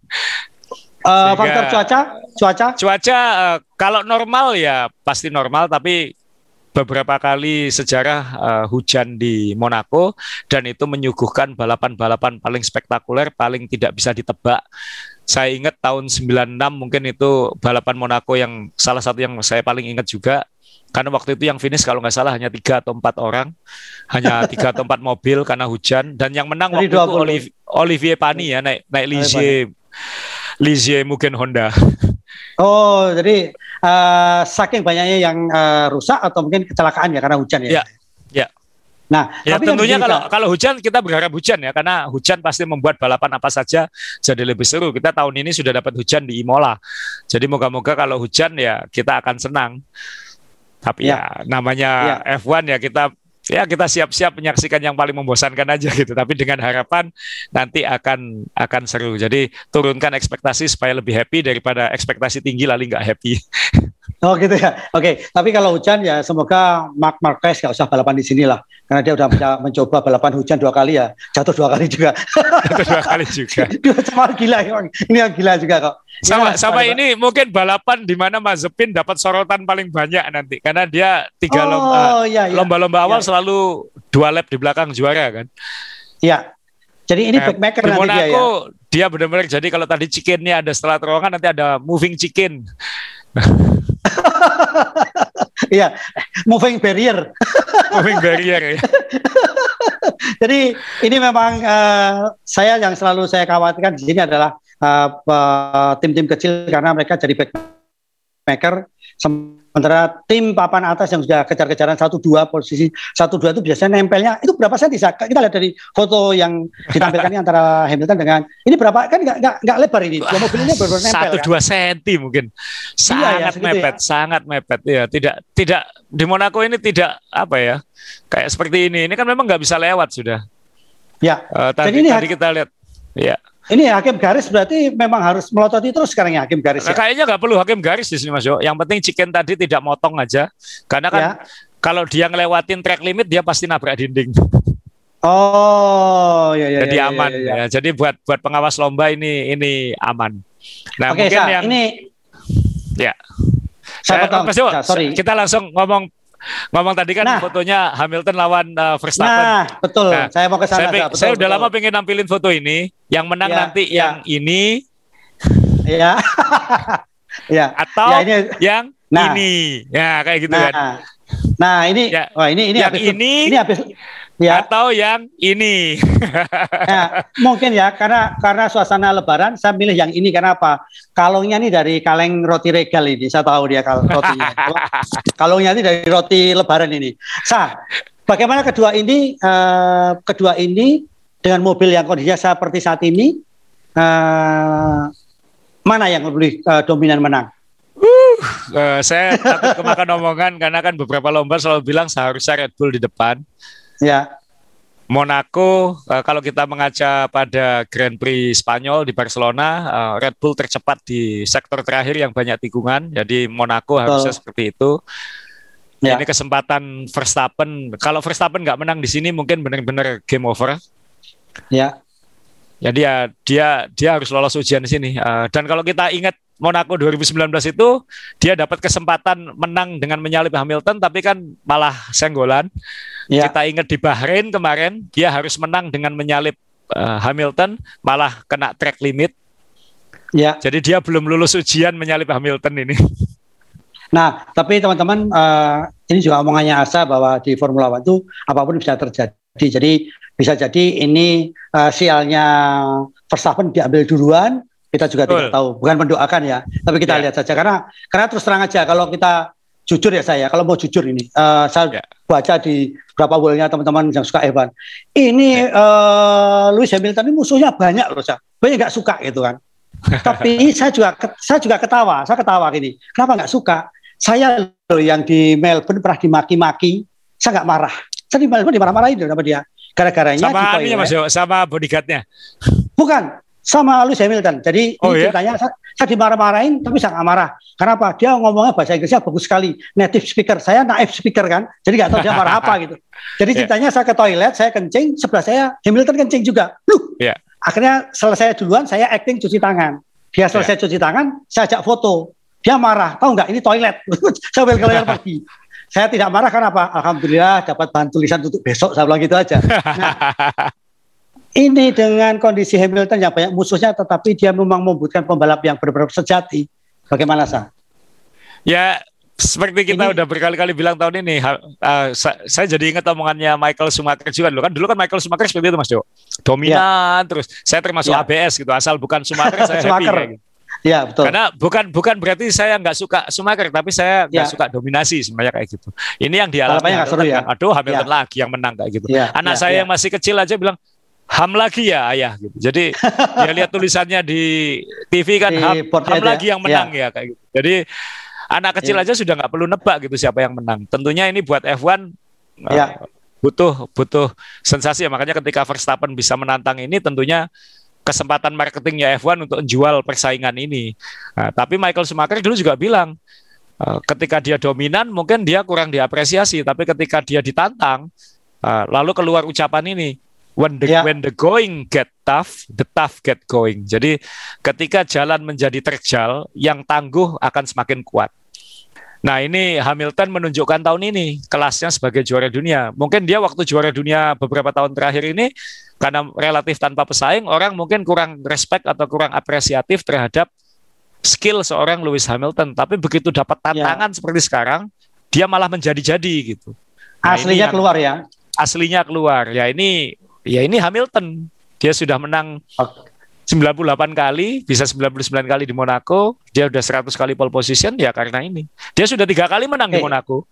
Uh, faktor cuaca, cuaca, cuaca uh, kalau normal ya pasti normal, tapi beberapa kali sejarah uh, hujan di Monaco dan itu menyuguhkan balapan-balapan paling spektakuler, paling tidak bisa ditebak. Saya ingat tahun sembilan puluh enam mungkin itu balapan Monaco yang salah satu yang saya paling ingat juga. Karena waktu itu yang finish kalau nggak salah hanya tiga atau empat orang, hanya tiga atau empat mobil karena hujan. Dan yang menang waktu itu Olivier, Olivier Panis ya, naik naik Ligier, Ligier Mugen Honda. Oh, jadi uh, saking banyaknya yang uh, rusak atau mungkin kecelakaan ya karena hujan ya? Ya, ya. Nah, ya tapi tentunya kan kalau kalau hujan kita berharap hujan ya, karena hujan pasti membuat balapan apa saja jadi lebih seru. Kita tahun ini sudah dapat hujan di Imola, jadi moga-moga kalau hujan ya kita akan senang. Tapi ya, ya namanya ya. F satu ya kita ya kita siap-siap menyaksikan yang paling membosankan aja gitu. Tapi dengan harapan nanti akan akan seru. Jadi turunkan ekspektasi supaya lebih happy daripada ekspektasi tinggi lalu nggak happy. Oh gitu ya. Oke, tapi kalau hujan ya semoga Marc Marquez nggak usah balapan di sini lah, karena dia udah mencoba balapan hujan dua kali ya, jatuh dua kali juga. Jatuh dua kali juga. Sama gila, ini yang gila juga kok. Sama ya, sama ini pak. Mungkin balapan di mana Mazepin dapat sorotan paling banyak nanti, karena dia tiga oh, lomba iya, iya. lomba-lomba awal iya. selalu dua lap di belakang juara kan. Iya. Jadi ini nah, backmaker nanti Monaco, dia ya. Dia benar-benar jadi kalau tadi chickennya ada setelah terowongan nanti ada moving chicken. Iya, moving barrier. Moving barrier ya. Jadi ini memang uh, saya yang selalu saya khawatirkan di sini adalah uh, uh, tim-tim kecil karena mereka jadi backmaker. Sementara tim papan atas yang sudah kejar-kejaran satu dua posisi satu dua itu biasanya nempelnya itu berapa senti? Kita lihat dari foto yang ditampilkan ini antara Hamilton dengan ini berapa kan nggak nggak lebar ini dua mobil ini benar-benar nempel satu dua senti mungkin sangat iya, ya, mepet ya. sangat mepet ya tidak tidak di Monaco ini tidak apa ya kayak seperti ini ini kan memang nggak bisa lewat sudah ya uh, tadi, ini tadi kita lihat ya. Ini hakim garis berarti memang harus melototi terus sekarang ya hakim garis. Nah, ya? Kayaknya nggak perlu hakim garis di sini Mas Jo. Yang penting chicken tadi tidak motong aja. Karena kan ya. Kalau dia ngelewatin track limit dia pasti nabrak dinding. Oh, ya ya. Jadi ya, aman. Ya, ya, ya. Ya, jadi buat buat pengawas lomba ini ini aman. Nah Oke, mungkin Sa, yang ini. Ya. Saya, saya Mas Jo, sorry. Kita langsung ngomong. Ngomong tadi kan nah, fotonya Hamilton lawan uh, Verstappen. Nah, betul. Nah, saya mau ke sana. Saya, betul, saya udah betul. lama pengen nampilin foto ini. Yang menang ya, nanti ya. yang ini. Ya. ya. Atau ya, ini, yang nah, ini. Ya, kayak gitu nah, kan. Nah, ini ya, wah ini ini yang habis ini ini habis Ya. Atau yang ini. Ya, mungkin ya karena karena suasana Lebaran saya milih yang ini karena apa? Kalungnya nih dari kaleng roti Regal ini. Saya tahu dia kal rotinya. Kalungnya ini dari roti Lebaran ini. Sa, bagaimana kedua ini? Uh, kedua ini dengan mobil yang kondisinya seperti saat ini, uh, mana yang lebih uh, dominan menang? Uh, uh, saya takut kemakan omongan karena kan beberapa lomba selalu bilang seharusnya Red Bull di depan. Ya. Monaco, uh, kalau kita mengaca pada Grand Prix Spanyol di Barcelona, uh, Red Bull tercepat di sektor terakhir yang banyak tikungan, jadi Monaco harusnya oh. seperti itu. Ya. Ini kesempatan Verstappen. Kalau Verstappen nggak menang di sini, mungkin benar-benar game over. Ya. Jadi ya dia dia harus lolos ujian di sini. Uh, dan kalau kita ingat Monaco dua ribu sembilan belas itu dia dapat kesempatan menang dengan menyalip Hamilton, tapi kan malah senggolan. Ya. Kita ingat di Bahrain kemarin dia harus menang dengan menyalip uh, Hamilton, malah kena track limit. Ya. Jadi dia belum lulus ujian menyalip Hamilton ini. Nah, tapi teman-teman uh, ini juga omongannya Asa bahwa di Formula One itu apapun bisa terjadi. Jadi bisa jadi ini uh, sialnya Verstappen diambil duluan. Kita juga Betul. Tidak tahu, bukan mendoakan ya, tapi kita ya. Lihat saja karena karena terus terang aja kalau kita jujur ya saya, kalau mau jujur ini, uh, saya ya. Baca di berapa bulannya teman-teman yang suka F satu, ini ya. uh, Lewis Hamilton ini musuhnya banyak loh, saya banyak nggak suka gitu kan. Tapi saya juga saya juga ketawa, saya ketawa gini, kenapa nggak suka? Saya loh yang di Melbourne pernah dimaki-maki, saya nggak marah, saya di Melbourne dimarah-marahin sama dia, gara-garanya sama aninya Mas Yo, sama bodyguardnya, bukan. Sama Lewis Hamilton. Jadi oh, ini ceritanya ya? saya, saya dimarah-marahin tapi saya nggak marah. Kenapa? Dia ngomongnya bahasa Inggrisnya bagus sekali. Native speaker. Saya native speaker kan. Jadi nggak tahu dia marah apa gitu. Jadi ceritanya yeah. saya ke toilet, saya kencing, sebelah saya Hamilton kencing juga. Loh. Yeah. Akhirnya selesai duluan, saya acting cuci tangan. Dia selesai yeah. cuci tangan, saya ajak foto. Dia marah. Tahu nggak? Ini toilet. Saya bel keluar pergi. Saya tidak marah karena apa? Alhamdulillah dapat bahan tulisan untuk besok. Saya bilang gitu aja. Nah, ini dengan kondisi Hamilton yang banyak musuhnya, tetapi dia memang membutuhkan pembalap yang benar-benar sejati. Bagaimana, Sa? Ya, seperti kita ini, udah berkali-kali bilang tahun ini, uh, sa- saya jadi ingat omongannya Michael Schumacher juga dulu kan. Dulu kan Michael Schumacher seperti itu, Mas Jo. Dominan ya. Terus. Saya termasuk ya. A B S gitu, asal bukan Schumacher saya happy kayak gitu. Ya, betul. Karena bukan bukan berarti saya nggak suka Schumacher, tapi saya nggak ya. suka dominasi sebenarnya kayak gitu. Ini yang dialami Hamilton, ya. Aduh Hamilton ya. lagi yang menang kayak gitu. Ya. Anak ya. saya ya. yang masih kecil aja bilang, Ham lagi ya ayah gitu. Jadi dia lihat tulisannya di T V kan di ham, ham lagi yang menang ya. ya kayak gitu. Jadi anak kecil ya. aja sudah nggak perlu nebak gitu siapa yang menang. Tentunya ini buat F satu ya. uh, butuh butuh sensasi ya. Makanya ketika Verstappen bisa menantang ini tentunya kesempatan marketingnya F satu untuk jual persaingan ini. Nah, tapi Michael Schumacher dulu juga bilang uh, ketika dia dominan mungkin dia kurang diapresiasi. Tapi ketika dia ditantang uh, lalu keluar ucapan ini. When the, yeah. when the going get tough, the tough get going. Jadi ketika jalan menjadi terjal, yang tangguh akan semakin kuat. Nah ini Hamilton menunjukkan tahun ini kelasnya sebagai juara dunia. Mungkin dia waktu juara dunia beberapa tahun terakhir ini, karena relatif tanpa pesaing, orang mungkin kurang respect atau kurang apresiatif terhadap skill seorang Lewis Hamilton. Tapi begitu dapat tantangan yeah. seperti sekarang, dia malah menjadi-jadi gitu. Nah, aslinya keluar ya? Aslinya keluar. Ya ini... Ya ini Hamilton, dia sudah menang sembilan puluh delapan kali, bisa sembilan puluh sembilan kali di Monaco, dia udah seratus kali pole position, ya karena ini. Dia sudah tiga kali menang hey. di Monaco.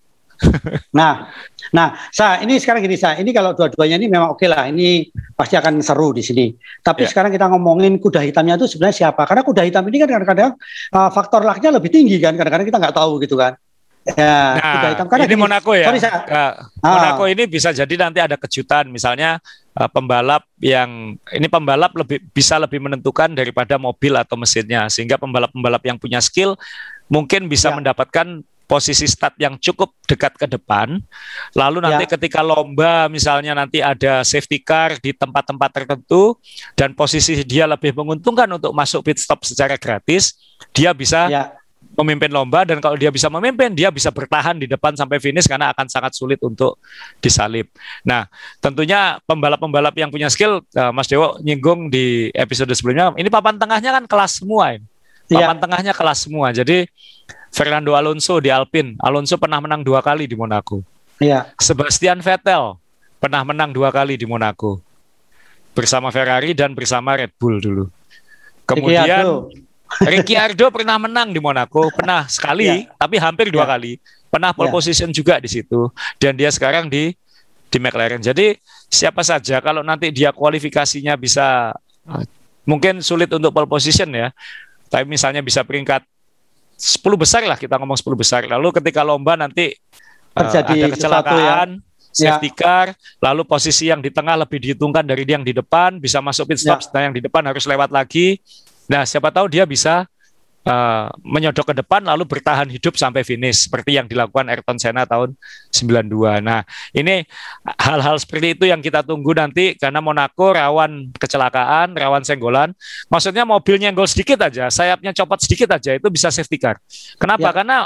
Nah, nah, Sa, ini sekarang gini Sa, ini kalau dua-duanya ini memang oke okay lah, ini pasti akan seru di sini. Tapi yeah. sekarang kita ngomongin kuda hitamnya itu sebenarnya siapa? Karena kuda hitam ini kan kadang-kadang uh, faktor lucknya lebih tinggi kan, kadang-kadang kita nggak tahu gitu kan. Ya, nah, kuda hitam. Karena ini gini, Monaco ya. Sorry, uh, Monaco ah. ini bisa jadi nanti ada kejutan, misalnya. Uh, pembalap yang ini pembalap lebih bisa lebih menentukan daripada mobil atau mesinnya, sehingga pembalap-pembalap yang punya skill mungkin bisa ya. mendapatkan posisi start yang cukup dekat ke depan. Lalu nanti ya. ketika lomba misalnya nanti ada safety car di tempat-tempat tertentu dan posisi dia lebih menguntungkan untuk masuk pit stop secara gratis, dia bisa ya. memimpin lomba, dan kalau dia bisa memimpin, dia bisa bertahan di depan sampai finish karena akan sangat sulit untuk disalip. Nah, tentunya pembalap-pembalap yang punya skill, uh, Mas Dewo nyinggung di episode sebelumnya, ini papan tengahnya kan kelas semua. Ini. Papan ya. tengahnya kelas semua. Jadi Fernando Alonso di Alpine, Alonso pernah menang dua kali di Monaco. Ya. Sebastian Vettel pernah menang dua kali di Monaco bersama Ferrari dan bersama Red Bull dulu. Kemudian Ricciardo pernah menang di Monaco, pernah sekali, ya. Tapi hampir dua ya. kali. Pernah pole ya. position juga di situ, dan dia sekarang di di McLaren. Jadi siapa saja kalau nanti dia kualifikasinya bisa, mungkin sulit untuk pole position ya, tapi misalnya bisa peringkat sepuluh besar lah, kita ngomong sepuluh besar. Lalu ketika lomba nanti terjadi uh, ada kecelakaan, ya. safety car, lalu posisi yang di tengah lebih dihitungkan dari yang di depan, bisa masuk pit stop, ya. Nah yang di depan harus lewat lagi. Nah, siapa tahu dia bisa uh, menyodok ke depan lalu bertahan hidup sampai finish seperti yang dilakukan Ayrton Senna tahun sembilan puluh dua. Nah, ini hal-hal seperti itu yang kita tunggu nanti karena Monaco rawan kecelakaan, rawan senggolan. Maksudnya mobil nyenggol sedikit aja, sayapnya copot sedikit aja itu bisa safety car. Kenapa? Ya. Karena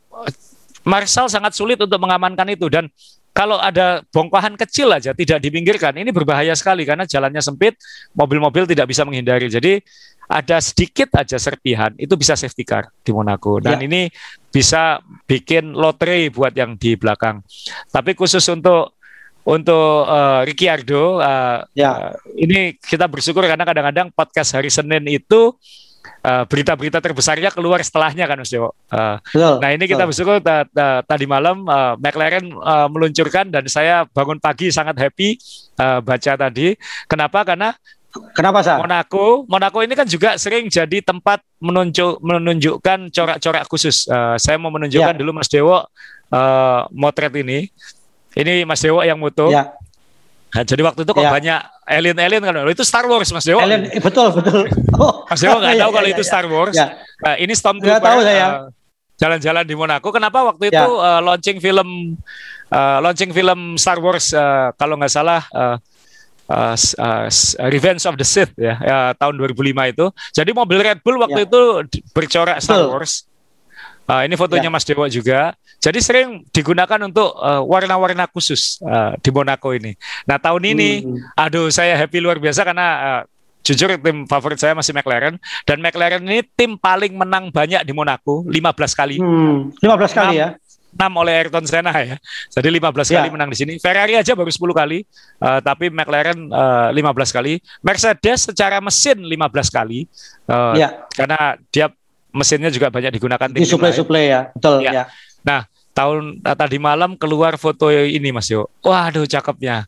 Marshall sangat sulit untuk mengamankan itu, dan kalau ada bongkahan kecil aja tidak dipinggirkan, ini berbahaya sekali karena jalannya sempit, mobil-mobil tidak bisa menghindari. Jadi ada sedikit aja serpihan itu bisa safety car di Monaco, dan ya. Ini bisa bikin lotre buat yang di belakang. Tapi khusus untuk untuk uh, Ricciardo, uh, ya. uh, ini kita bersyukur karena kadang-kadang podcast hari Senin itu uh, berita-berita terbesarnya keluar setelahnya kan Mas Dewo. Uh, nah ini kita bersyukur t- t- tadi malam uh, McLaren uh, meluncurkan dan saya bangun pagi sangat happy uh, baca tadi. Kenapa? Karena Kenapa Sa? Monaco, Monaco ini kan juga sering jadi tempat menunjuk, menunjukkan corak-corak khusus. Uh, saya mau menunjukkan ya. dulu Mas Dewo uh, motret ini. Ini Mas Dewo yang moto. Ya. Nah, jadi waktu itu kok ya. banyak alien-alien kan? Itu Star Wars Mas Dewo. Alien, betul betul. Oh. Mas Dewo nggak tahu ya, kalau ya, itu ya, Star Wars. Ya. Uh, ini Stormtrooper. Nggak tahu saya. Uh, jalan-jalan di Monaco. Kenapa waktu ya. itu uh, launching film, uh, launching film Star Wars uh, kalau nggak salah. Uh, Uh, uh, Revenge of the Sith ya, ya tahun dua ribu lima itu. Jadi mobil Red Bull waktu ya. itu bercorak Star Wars. Uh, ini fotonya ya. Mas Dewo juga. Jadi sering digunakan untuk uh, warna-warna khusus uh, di Monaco ini. Nah tahun ini, hmm. aduh saya happy luar biasa karena uh, jujur tim favorit saya masih McLaren, dan McLaren ini tim paling menang banyak di Monaco, lima belas kali. Hmm. lima belas kali ya. enam oleh Ayrton Senna ya. Jadi lima belas ya. kali menang di sini. Ferrari aja baru sepuluh kali, uh, tapi McLaren uh, lima belas kali. Mercedes secara mesin lima belas kali. Uh, ya. Karena dia mesinnya juga banyak digunakan tim suplai-suplai ya. Betul ya. ya. Nah, tahun uh, tadi malam keluar foto ini Mas Yo. Waduh cakepnya.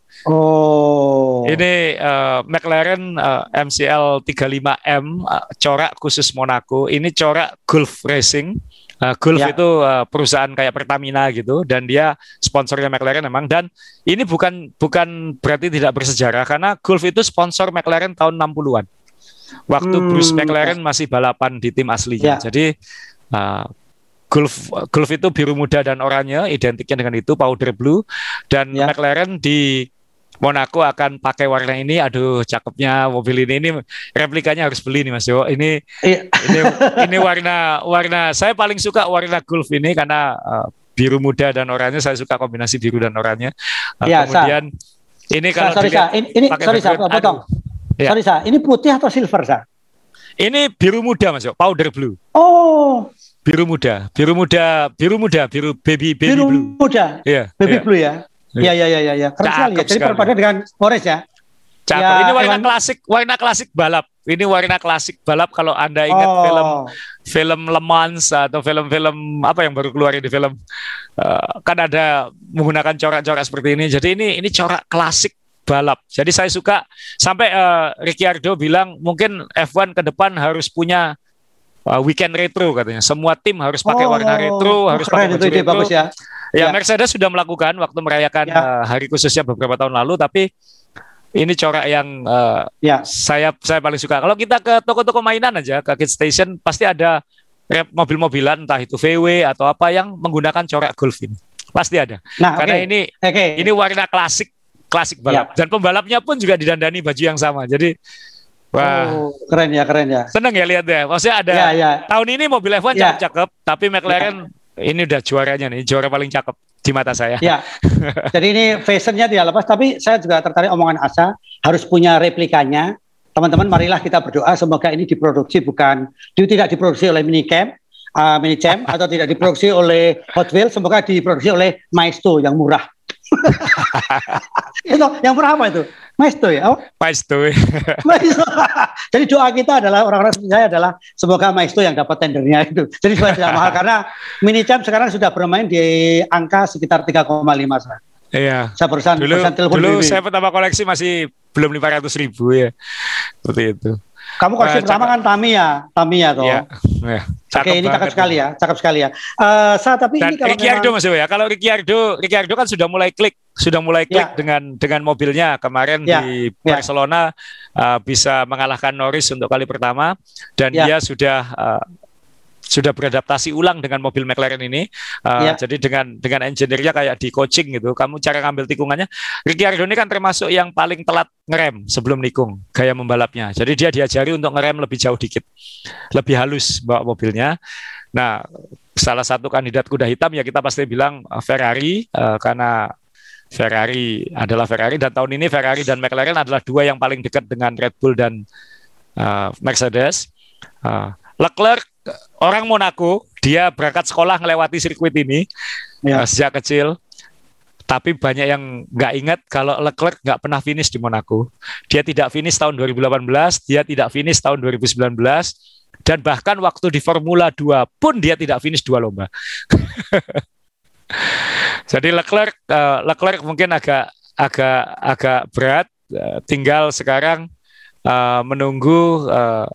Oh. Ini uh, McLaren uh, M C L tiga puluh lima M uh, corak khusus Monaco. Ini corak Gulf Racing. Uh, Gulf ya. itu uh, perusahaan kayak Pertamina gitu, dan dia sponsornya McLaren memang. Dan ini bukan bukan berarti tidak bersejarah karena Gulf itu sponsor McLaren tahun enam puluhan. Waktu hmm. Bruce McLaren masih balapan di tim aslinya. Ya. Jadi uh, Gulf Gulf itu biru muda dan oranye, identiknya dengan itu powder blue, dan ya. McLaren di Monaco akan pakai warna ini. Aduh cakepnya mobil ini. Ini replikanya harus beli nih Mas Dewo. Ini iya. ini ini warna warna saya paling suka warna Gulf ini karena uh, biru muda dan oranye. Saya suka kombinasi biru dan oranye. Uh, ya, kemudian Sa. ini kalau Sa, sorry, Sa. ini, ini sorry Sa, potong. Ya. Sorry Sa, ini putih atau silver Sa? Ini biru muda Mas Dewo, powder blue. Oh. Biru muda, biru muda, biru muda, biru baby baby biru blue. Biru muda. Iya. Baby ya. blue ya. Iya iya iya iya. Keren sekali ya. Jadi perpaduan dengan orange ya. Cakep. Ya, ini warna Evan... klasik, warna klasik balap. Ini warna klasik balap kalau Anda ingat oh. film film Le Mans atau film-film apa yang baru keluar di film uh, kan ada menggunakan corak-corak seperti ini. Jadi ini ini corak klasik balap. Jadi saya suka sampai uh, Ricciardo bilang mungkin F satu ke depan harus punya uh, weekend retro katanya. Semua tim harus pakai oh. warna retro, harus pakai baju retro. Bagus ya. Ya, ya, Mercedes sudah melakukan waktu merayakan ya. uh, hari khususnya beberapa tahun lalu, tapi ini corak yang uh, ya. saya saya paling suka. Kalau kita ke toko-toko mainan aja, ke Kid Station, pasti ada rep mobil-mobilan, entah itu V W atau apa yang menggunakan corak Gulf ini. Pasti ada. Nah, karena okay. ini okay. ini warna klasik, klasik balap. Ya. Dan pembalapnya pun juga didandani baju yang sama. Jadi wah, oh, keren ya, keren ya. Seneng ya lihat ya. Maksudnya ada ya, ya. tahun ini mobil F satu ya. cakep-cakep, tapi McLaren ya. ini udah juaranya nih, juara paling cakep di mata saya. Ya, jadi ini fashionnya tidak lepas, tapi saya juga tertarik omongan Asa, harus punya replikanya. Teman-teman, marilah kita berdoa semoga ini diproduksi bukan, tidak diproduksi oleh Minicam, uh, Minicam atau tidak diproduksi oleh Hot Wheels, semoga diproduksi oleh Maisto yang murah. Itu yang pernah apa itu? Maesto ya? Oh? Maesto. Maesto. Jadi doa kita adalah orang-orang seperti saya adalah semoga Maesto yang dapat tendernya itu. Jadi supaya tidak mahal karena mini champ sekarang sudah bermain di angka sekitar tiga koma lima. Iya. Saya barusan, dulu, barusan telepon dulu diri. Saya pertama koleksi masih belum lima ratus ribu ya. Seperti itu. Kamu koleksi uh, pertama kan Tamiya, Tamiya toh. Iya. Ya, Oke, ini cakep sekali ya, cakep sekali ya. Uh, saya tapi Dan ini kalau Ricciardo memang... Mas ya, kalau Ricciardo, Ricciardo kan sudah mulai klik, sudah mulai klik ya. dengan dengan mobilnya kemarin ya. di Barcelona ya. uh, bisa mengalahkan Norris untuk kali pertama dan ya. dia sudah uh, sudah beradaptasi ulang dengan mobil McLaren ini. Uh, ya. Jadi dengan dengan engineer-nya kayak di coaching gitu. Kamu cara ngambil tikungannya. Ricciardo ini kan termasuk yang paling telat ngerem sebelum nikung gaya membalapnya. Jadi dia diajari untuk ngerem lebih jauh dikit, lebih halus bawa mobilnya. Nah, salah satu kandidat kuda hitam ya kita pasti bilang Ferrari uh, karena Ferrari adalah Ferrari dan tahun ini Ferrari dan McLaren adalah dua yang paling dekat dengan Red Bull dan uh, Mercedes. Uh, Leclerc orang Monaco, dia berangkat sekolah melewati sirkuit ini ya. uh, sejak kecil. Tapi banyak yang nggak ingat kalau Leclerc nggak pernah finish di Monaco. Dia tidak finish tahun dua ribu delapan belas, dia tidak finish tahun dua ribu sembilan belas, dan bahkan waktu di Formula dua pun dia tidak finish dua lomba. Jadi Leclerc, uh, Leclerc mungkin agak agak agak berat. Uh, tinggal sekarang uh, menunggu. Uh,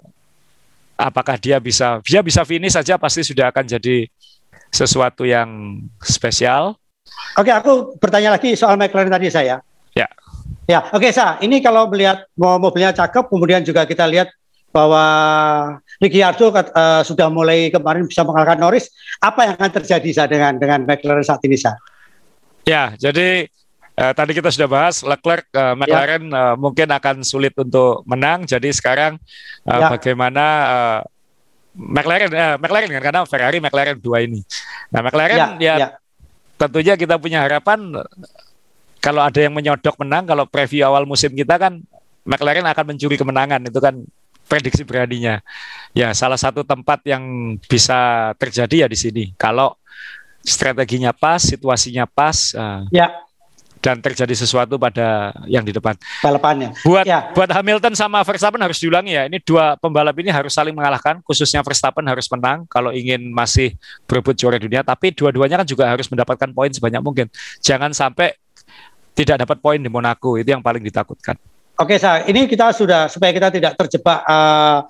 Apakah dia bisa, dia bisa finish saja pasti sudah akan jadi sesuatu yang spesial. Oke, aku bertanya lagi soal McLaren tadi saya. Ya. Ya, oke Sa. Ini kalau melihat mobilnya cakep, kemudian juga kita lihat bahwa Ricciardo uh, sudah mulai kemarin bisa mengalahkan Norris. Apa yang akan terjadi Sa dengan dengan McLaren saat ini Sa? Ya, jadi Uh, tadi kita sudah bahas Leclerc, uh, McLaren ya. uh, mungkin akan sulit untuk menang. Jadi sekarang uh, ya. bagaimana uh, McLaren, uh, McLaren kan karena Ferrari, McLaren dua ini. Nah McLaren ya, ya, ya tentunya kita punya harapan kalau ada yang menyodok menang. Kalau preview awal musim kita kan McLaren akan mencuri kemenangan, itu kan prediksi beraninya. Ya salah satu tempat yang bisa terjadi ya di sini. Kalau strateginya pas, situasinya pas. Uh, ya. Dan terjadi sesuatu pada yang di depan. Balapannya. Buat ya. buat Hamilton sama Verstappen harus diulangi ya. Ini dua pembalap ini harus saling mengalahkan. Khususnya Verstappen harus menang kalau ingin masih berebut juara dunia. Tapi dua-duanya kan juga harus mendapatkan poin sebanyak mungkin. Jangan sampai tidak dapat poin di Monaco. Itu yang paling ditakutkan. Oke, Sa. Ini kita sudah supaya kita tidak terjebak. Uh,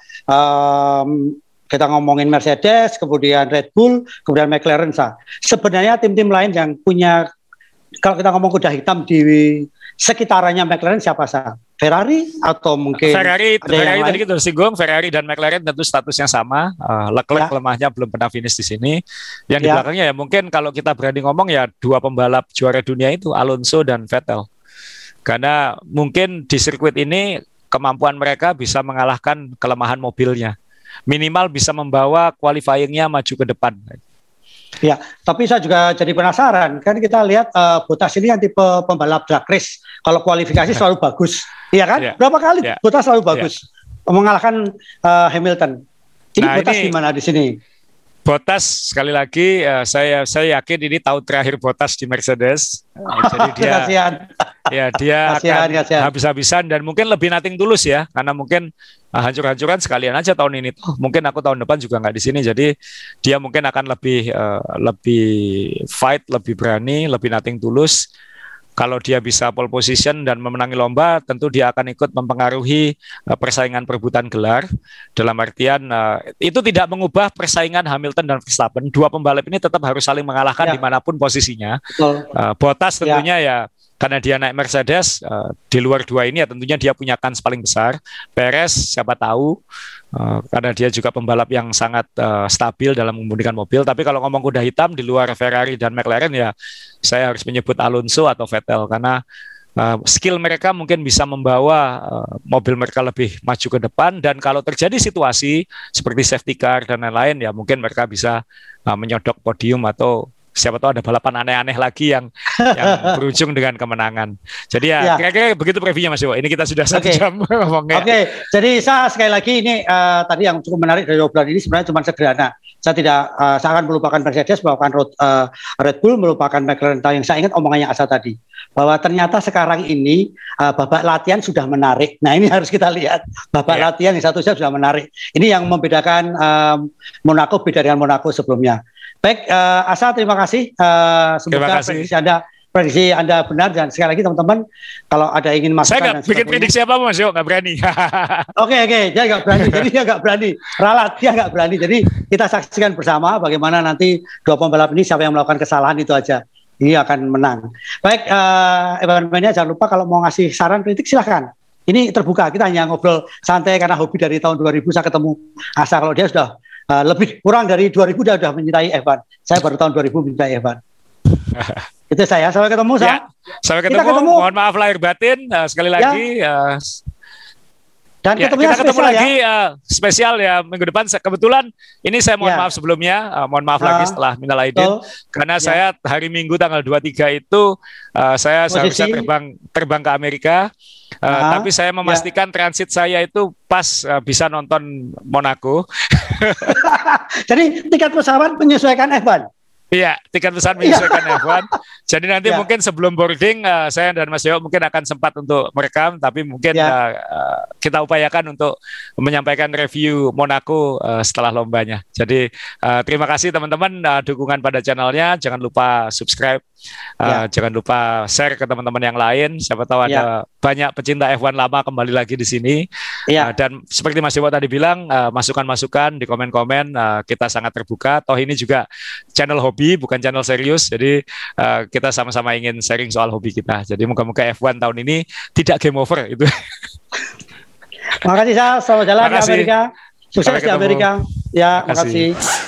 um, kita ngomongin Mercedes, kemudian Red Bull, kemudian McLaren. Sa. Sebenarnya tim-tim lain yang punya kalau kita ngomong kuda hitam di sekitarannya McLaren siapa sah? Ferrari atau mungkin Ferrari, Ferrari tadi kita singgung Ferrari dan McLaren tentu statusnya sama. Uh, Leclerc ya. lemahnya belum pernah finish di sini. Yang ya. di belakangnya ya mungkin kalau kita berani ngomong ya dua pembalap juara dunia itu Alonso dan Vettel. Karena mungkin di sirkuit ini kemampuan mereka bisa mengalahkan kelemahan mobilnya. Minimal bisa membawa qualifying-nya maju ke depan. Ya, tapi saya juga jadi penasaran. Kan kita lihat uh, Bottas ini yang tipe pembalap drag race. Kalau kualifikasi selalu bagus. Iya kan? Ya. Berapa kali ya. Bottas selalu bagus. Ya. Mengalahkan uh, Hamilton. Ini nah, Bottas gimana di sini? Bottas sekali lagi uh, saya saya yakin ini tahun terakhir Bottas di Mercedes. Uh, jadi dia kasihan. Ya dia kasihan, akan kasihan. habis-habisan dan mungkin lebih nothing tulus ya karena mungkin uh, hancur-hancuran sekalian aja tahun ini. Oh, mungkin aku tahun depan juga nggak di sini. Jadi dia mungkin akan lebih uh, lebih fight, lebih berani, lebih nothing tulus. Kalau dia bisa pole position dan memenangi lomba, tentu dia akan ikut mempengaruhi uh, persaingan perebutan gelar. Dalam artian uh, itu tidak mengubah persaingan Hamilton dan Verstappen. Dua pembalap ini tetap harus saling mengalahkan ya. dimanapun posisinya. Uh, Bottas tentunya ya. ya karena dia naik Mercedes, uh, di luar dua ini ya tentunya dia punya kans paling besar. Perez siapa tahu, uh, karena dia juga pembalap yang sangat uh, stabil dalam mengemudikan mobil. Tapi kalau ngomong kuda hitam di luar Ferrari dan McLaren ya saya harus menyebut Alonso atau Vettel karena uh, skill mereka mungkin bisa membawa uh, mobil mereka lebih maju ke depan. Dan kalau terjadi situasi seperti safety car dan lain-lain ya mungkin mereka bisa uh, menyodok podium atau siapa tahu ada balapan aneh-aneh lagi yang yang berujung dengan kemenangan. Jadi ya, ya. kira-kira begitu previewnya Mas Iwo. Ini kita sudah satu okay. jam ngomongnya. Oke, okay. Jadi saya sekali lagi ini uh, tadi yang cukup menarik dari obrolan ini sebenarnya cuma sederhana. Saya tidak, uh, saya akan melupakan Mercedes, melupakan Red, uh, Red Bull, melupakan McLaren. Yang saya ingat omongannya Asa tadi. bahwa ternyata sekarang ini uh, babak latihan sudah menarik. Nah ini harus kita lihat babak yeah. latihan yang satu jam sudah menarik. Ini yang membedakan um, Monaco beda dengan Monaco sebelumnya. Baik, uh, Asa terima kasih. Uh, semoga prediksi Anda prediksi Anda benar, dan sekali lagi teman-teman kalau ada ingin masukan. Saya nggak bikin prediksi apa Mas Yo, nggak berani. Oke oke, dia nggak berani, jadi dia nggak berani. Ralat, dia nggak berani. Jadi kita saksikan bersama bagaimana nanti dua pembalap ini siapa yang melakukan kesalahan itu aja. Ini akan menang. Baik, uh, Evan Mania jangan lupa kalau mau ngasih saran kritik silahkan. Ini terbuka, kita hanya ngobrol santai karena hobi dari tahun dua ribu saya ketemu Asa. Kalau dia sudah uh, lebih kurang dari dua ribu dia sudah mencintai Evan. Saya baru tahun dua ribu mencintai Evan. Itu saya. Sampai ketemu. Ya, sampai ketemu. ketemu. Mohon maaf lahir batin uh, sekali lagi. Ya. Uh, Dan ya, kita ketemu lagi ya. uh, spesial ya minggu depan. Kebetulan ini saya mohon ya. maaf sebelumnya, uh, mohon maaf uh, lagi setelah minal aidin, so, karena ya. saya hari Minggu tanggal dua puluh tiga itu uh, saya seharusnya terbang terbang ke Amerika, uh, uh, tapi saya memastikan ya. transit saya itu pas uh, bisa nonton Monaco. Jadi tiket pesawat menyesuaikan Evan. Iya, tiket pesawat menyesuaikan F satu. Jadi nanti ya. mungkin sebelum boarding uh, saya dan Mas Yo mungkin akan sempat untuk merekam, tapi mungkin ya. uh, kita upayakan untuk menyampaikan review Monaco uh, setelah lombanya. Jadi uh, terima kasih teman-teman uh, dukungan pada channelnya. Jangan lupa subscribe, uh, ya. jangan lupa share ke teman-teman yang lain. Siapa tahu ada ya. banyak pecinta F satu lama kembali lagi di sini. Ya. Uh, dan seperti Mas Yo tadi bilang, uh, masukan-masukan di komen-komen uh, kita sangat terbuka. Toh ini juga channel hobi, bukan channel serius. Jadi uh, kita sama-sama ingin sharing soal hobi kita. Jadi moga-moga F satu tahun ini tidak game over itu. Makasih, Sal. Selamat jalan di Amerika. Sukses di Amerika. Ya, makasih.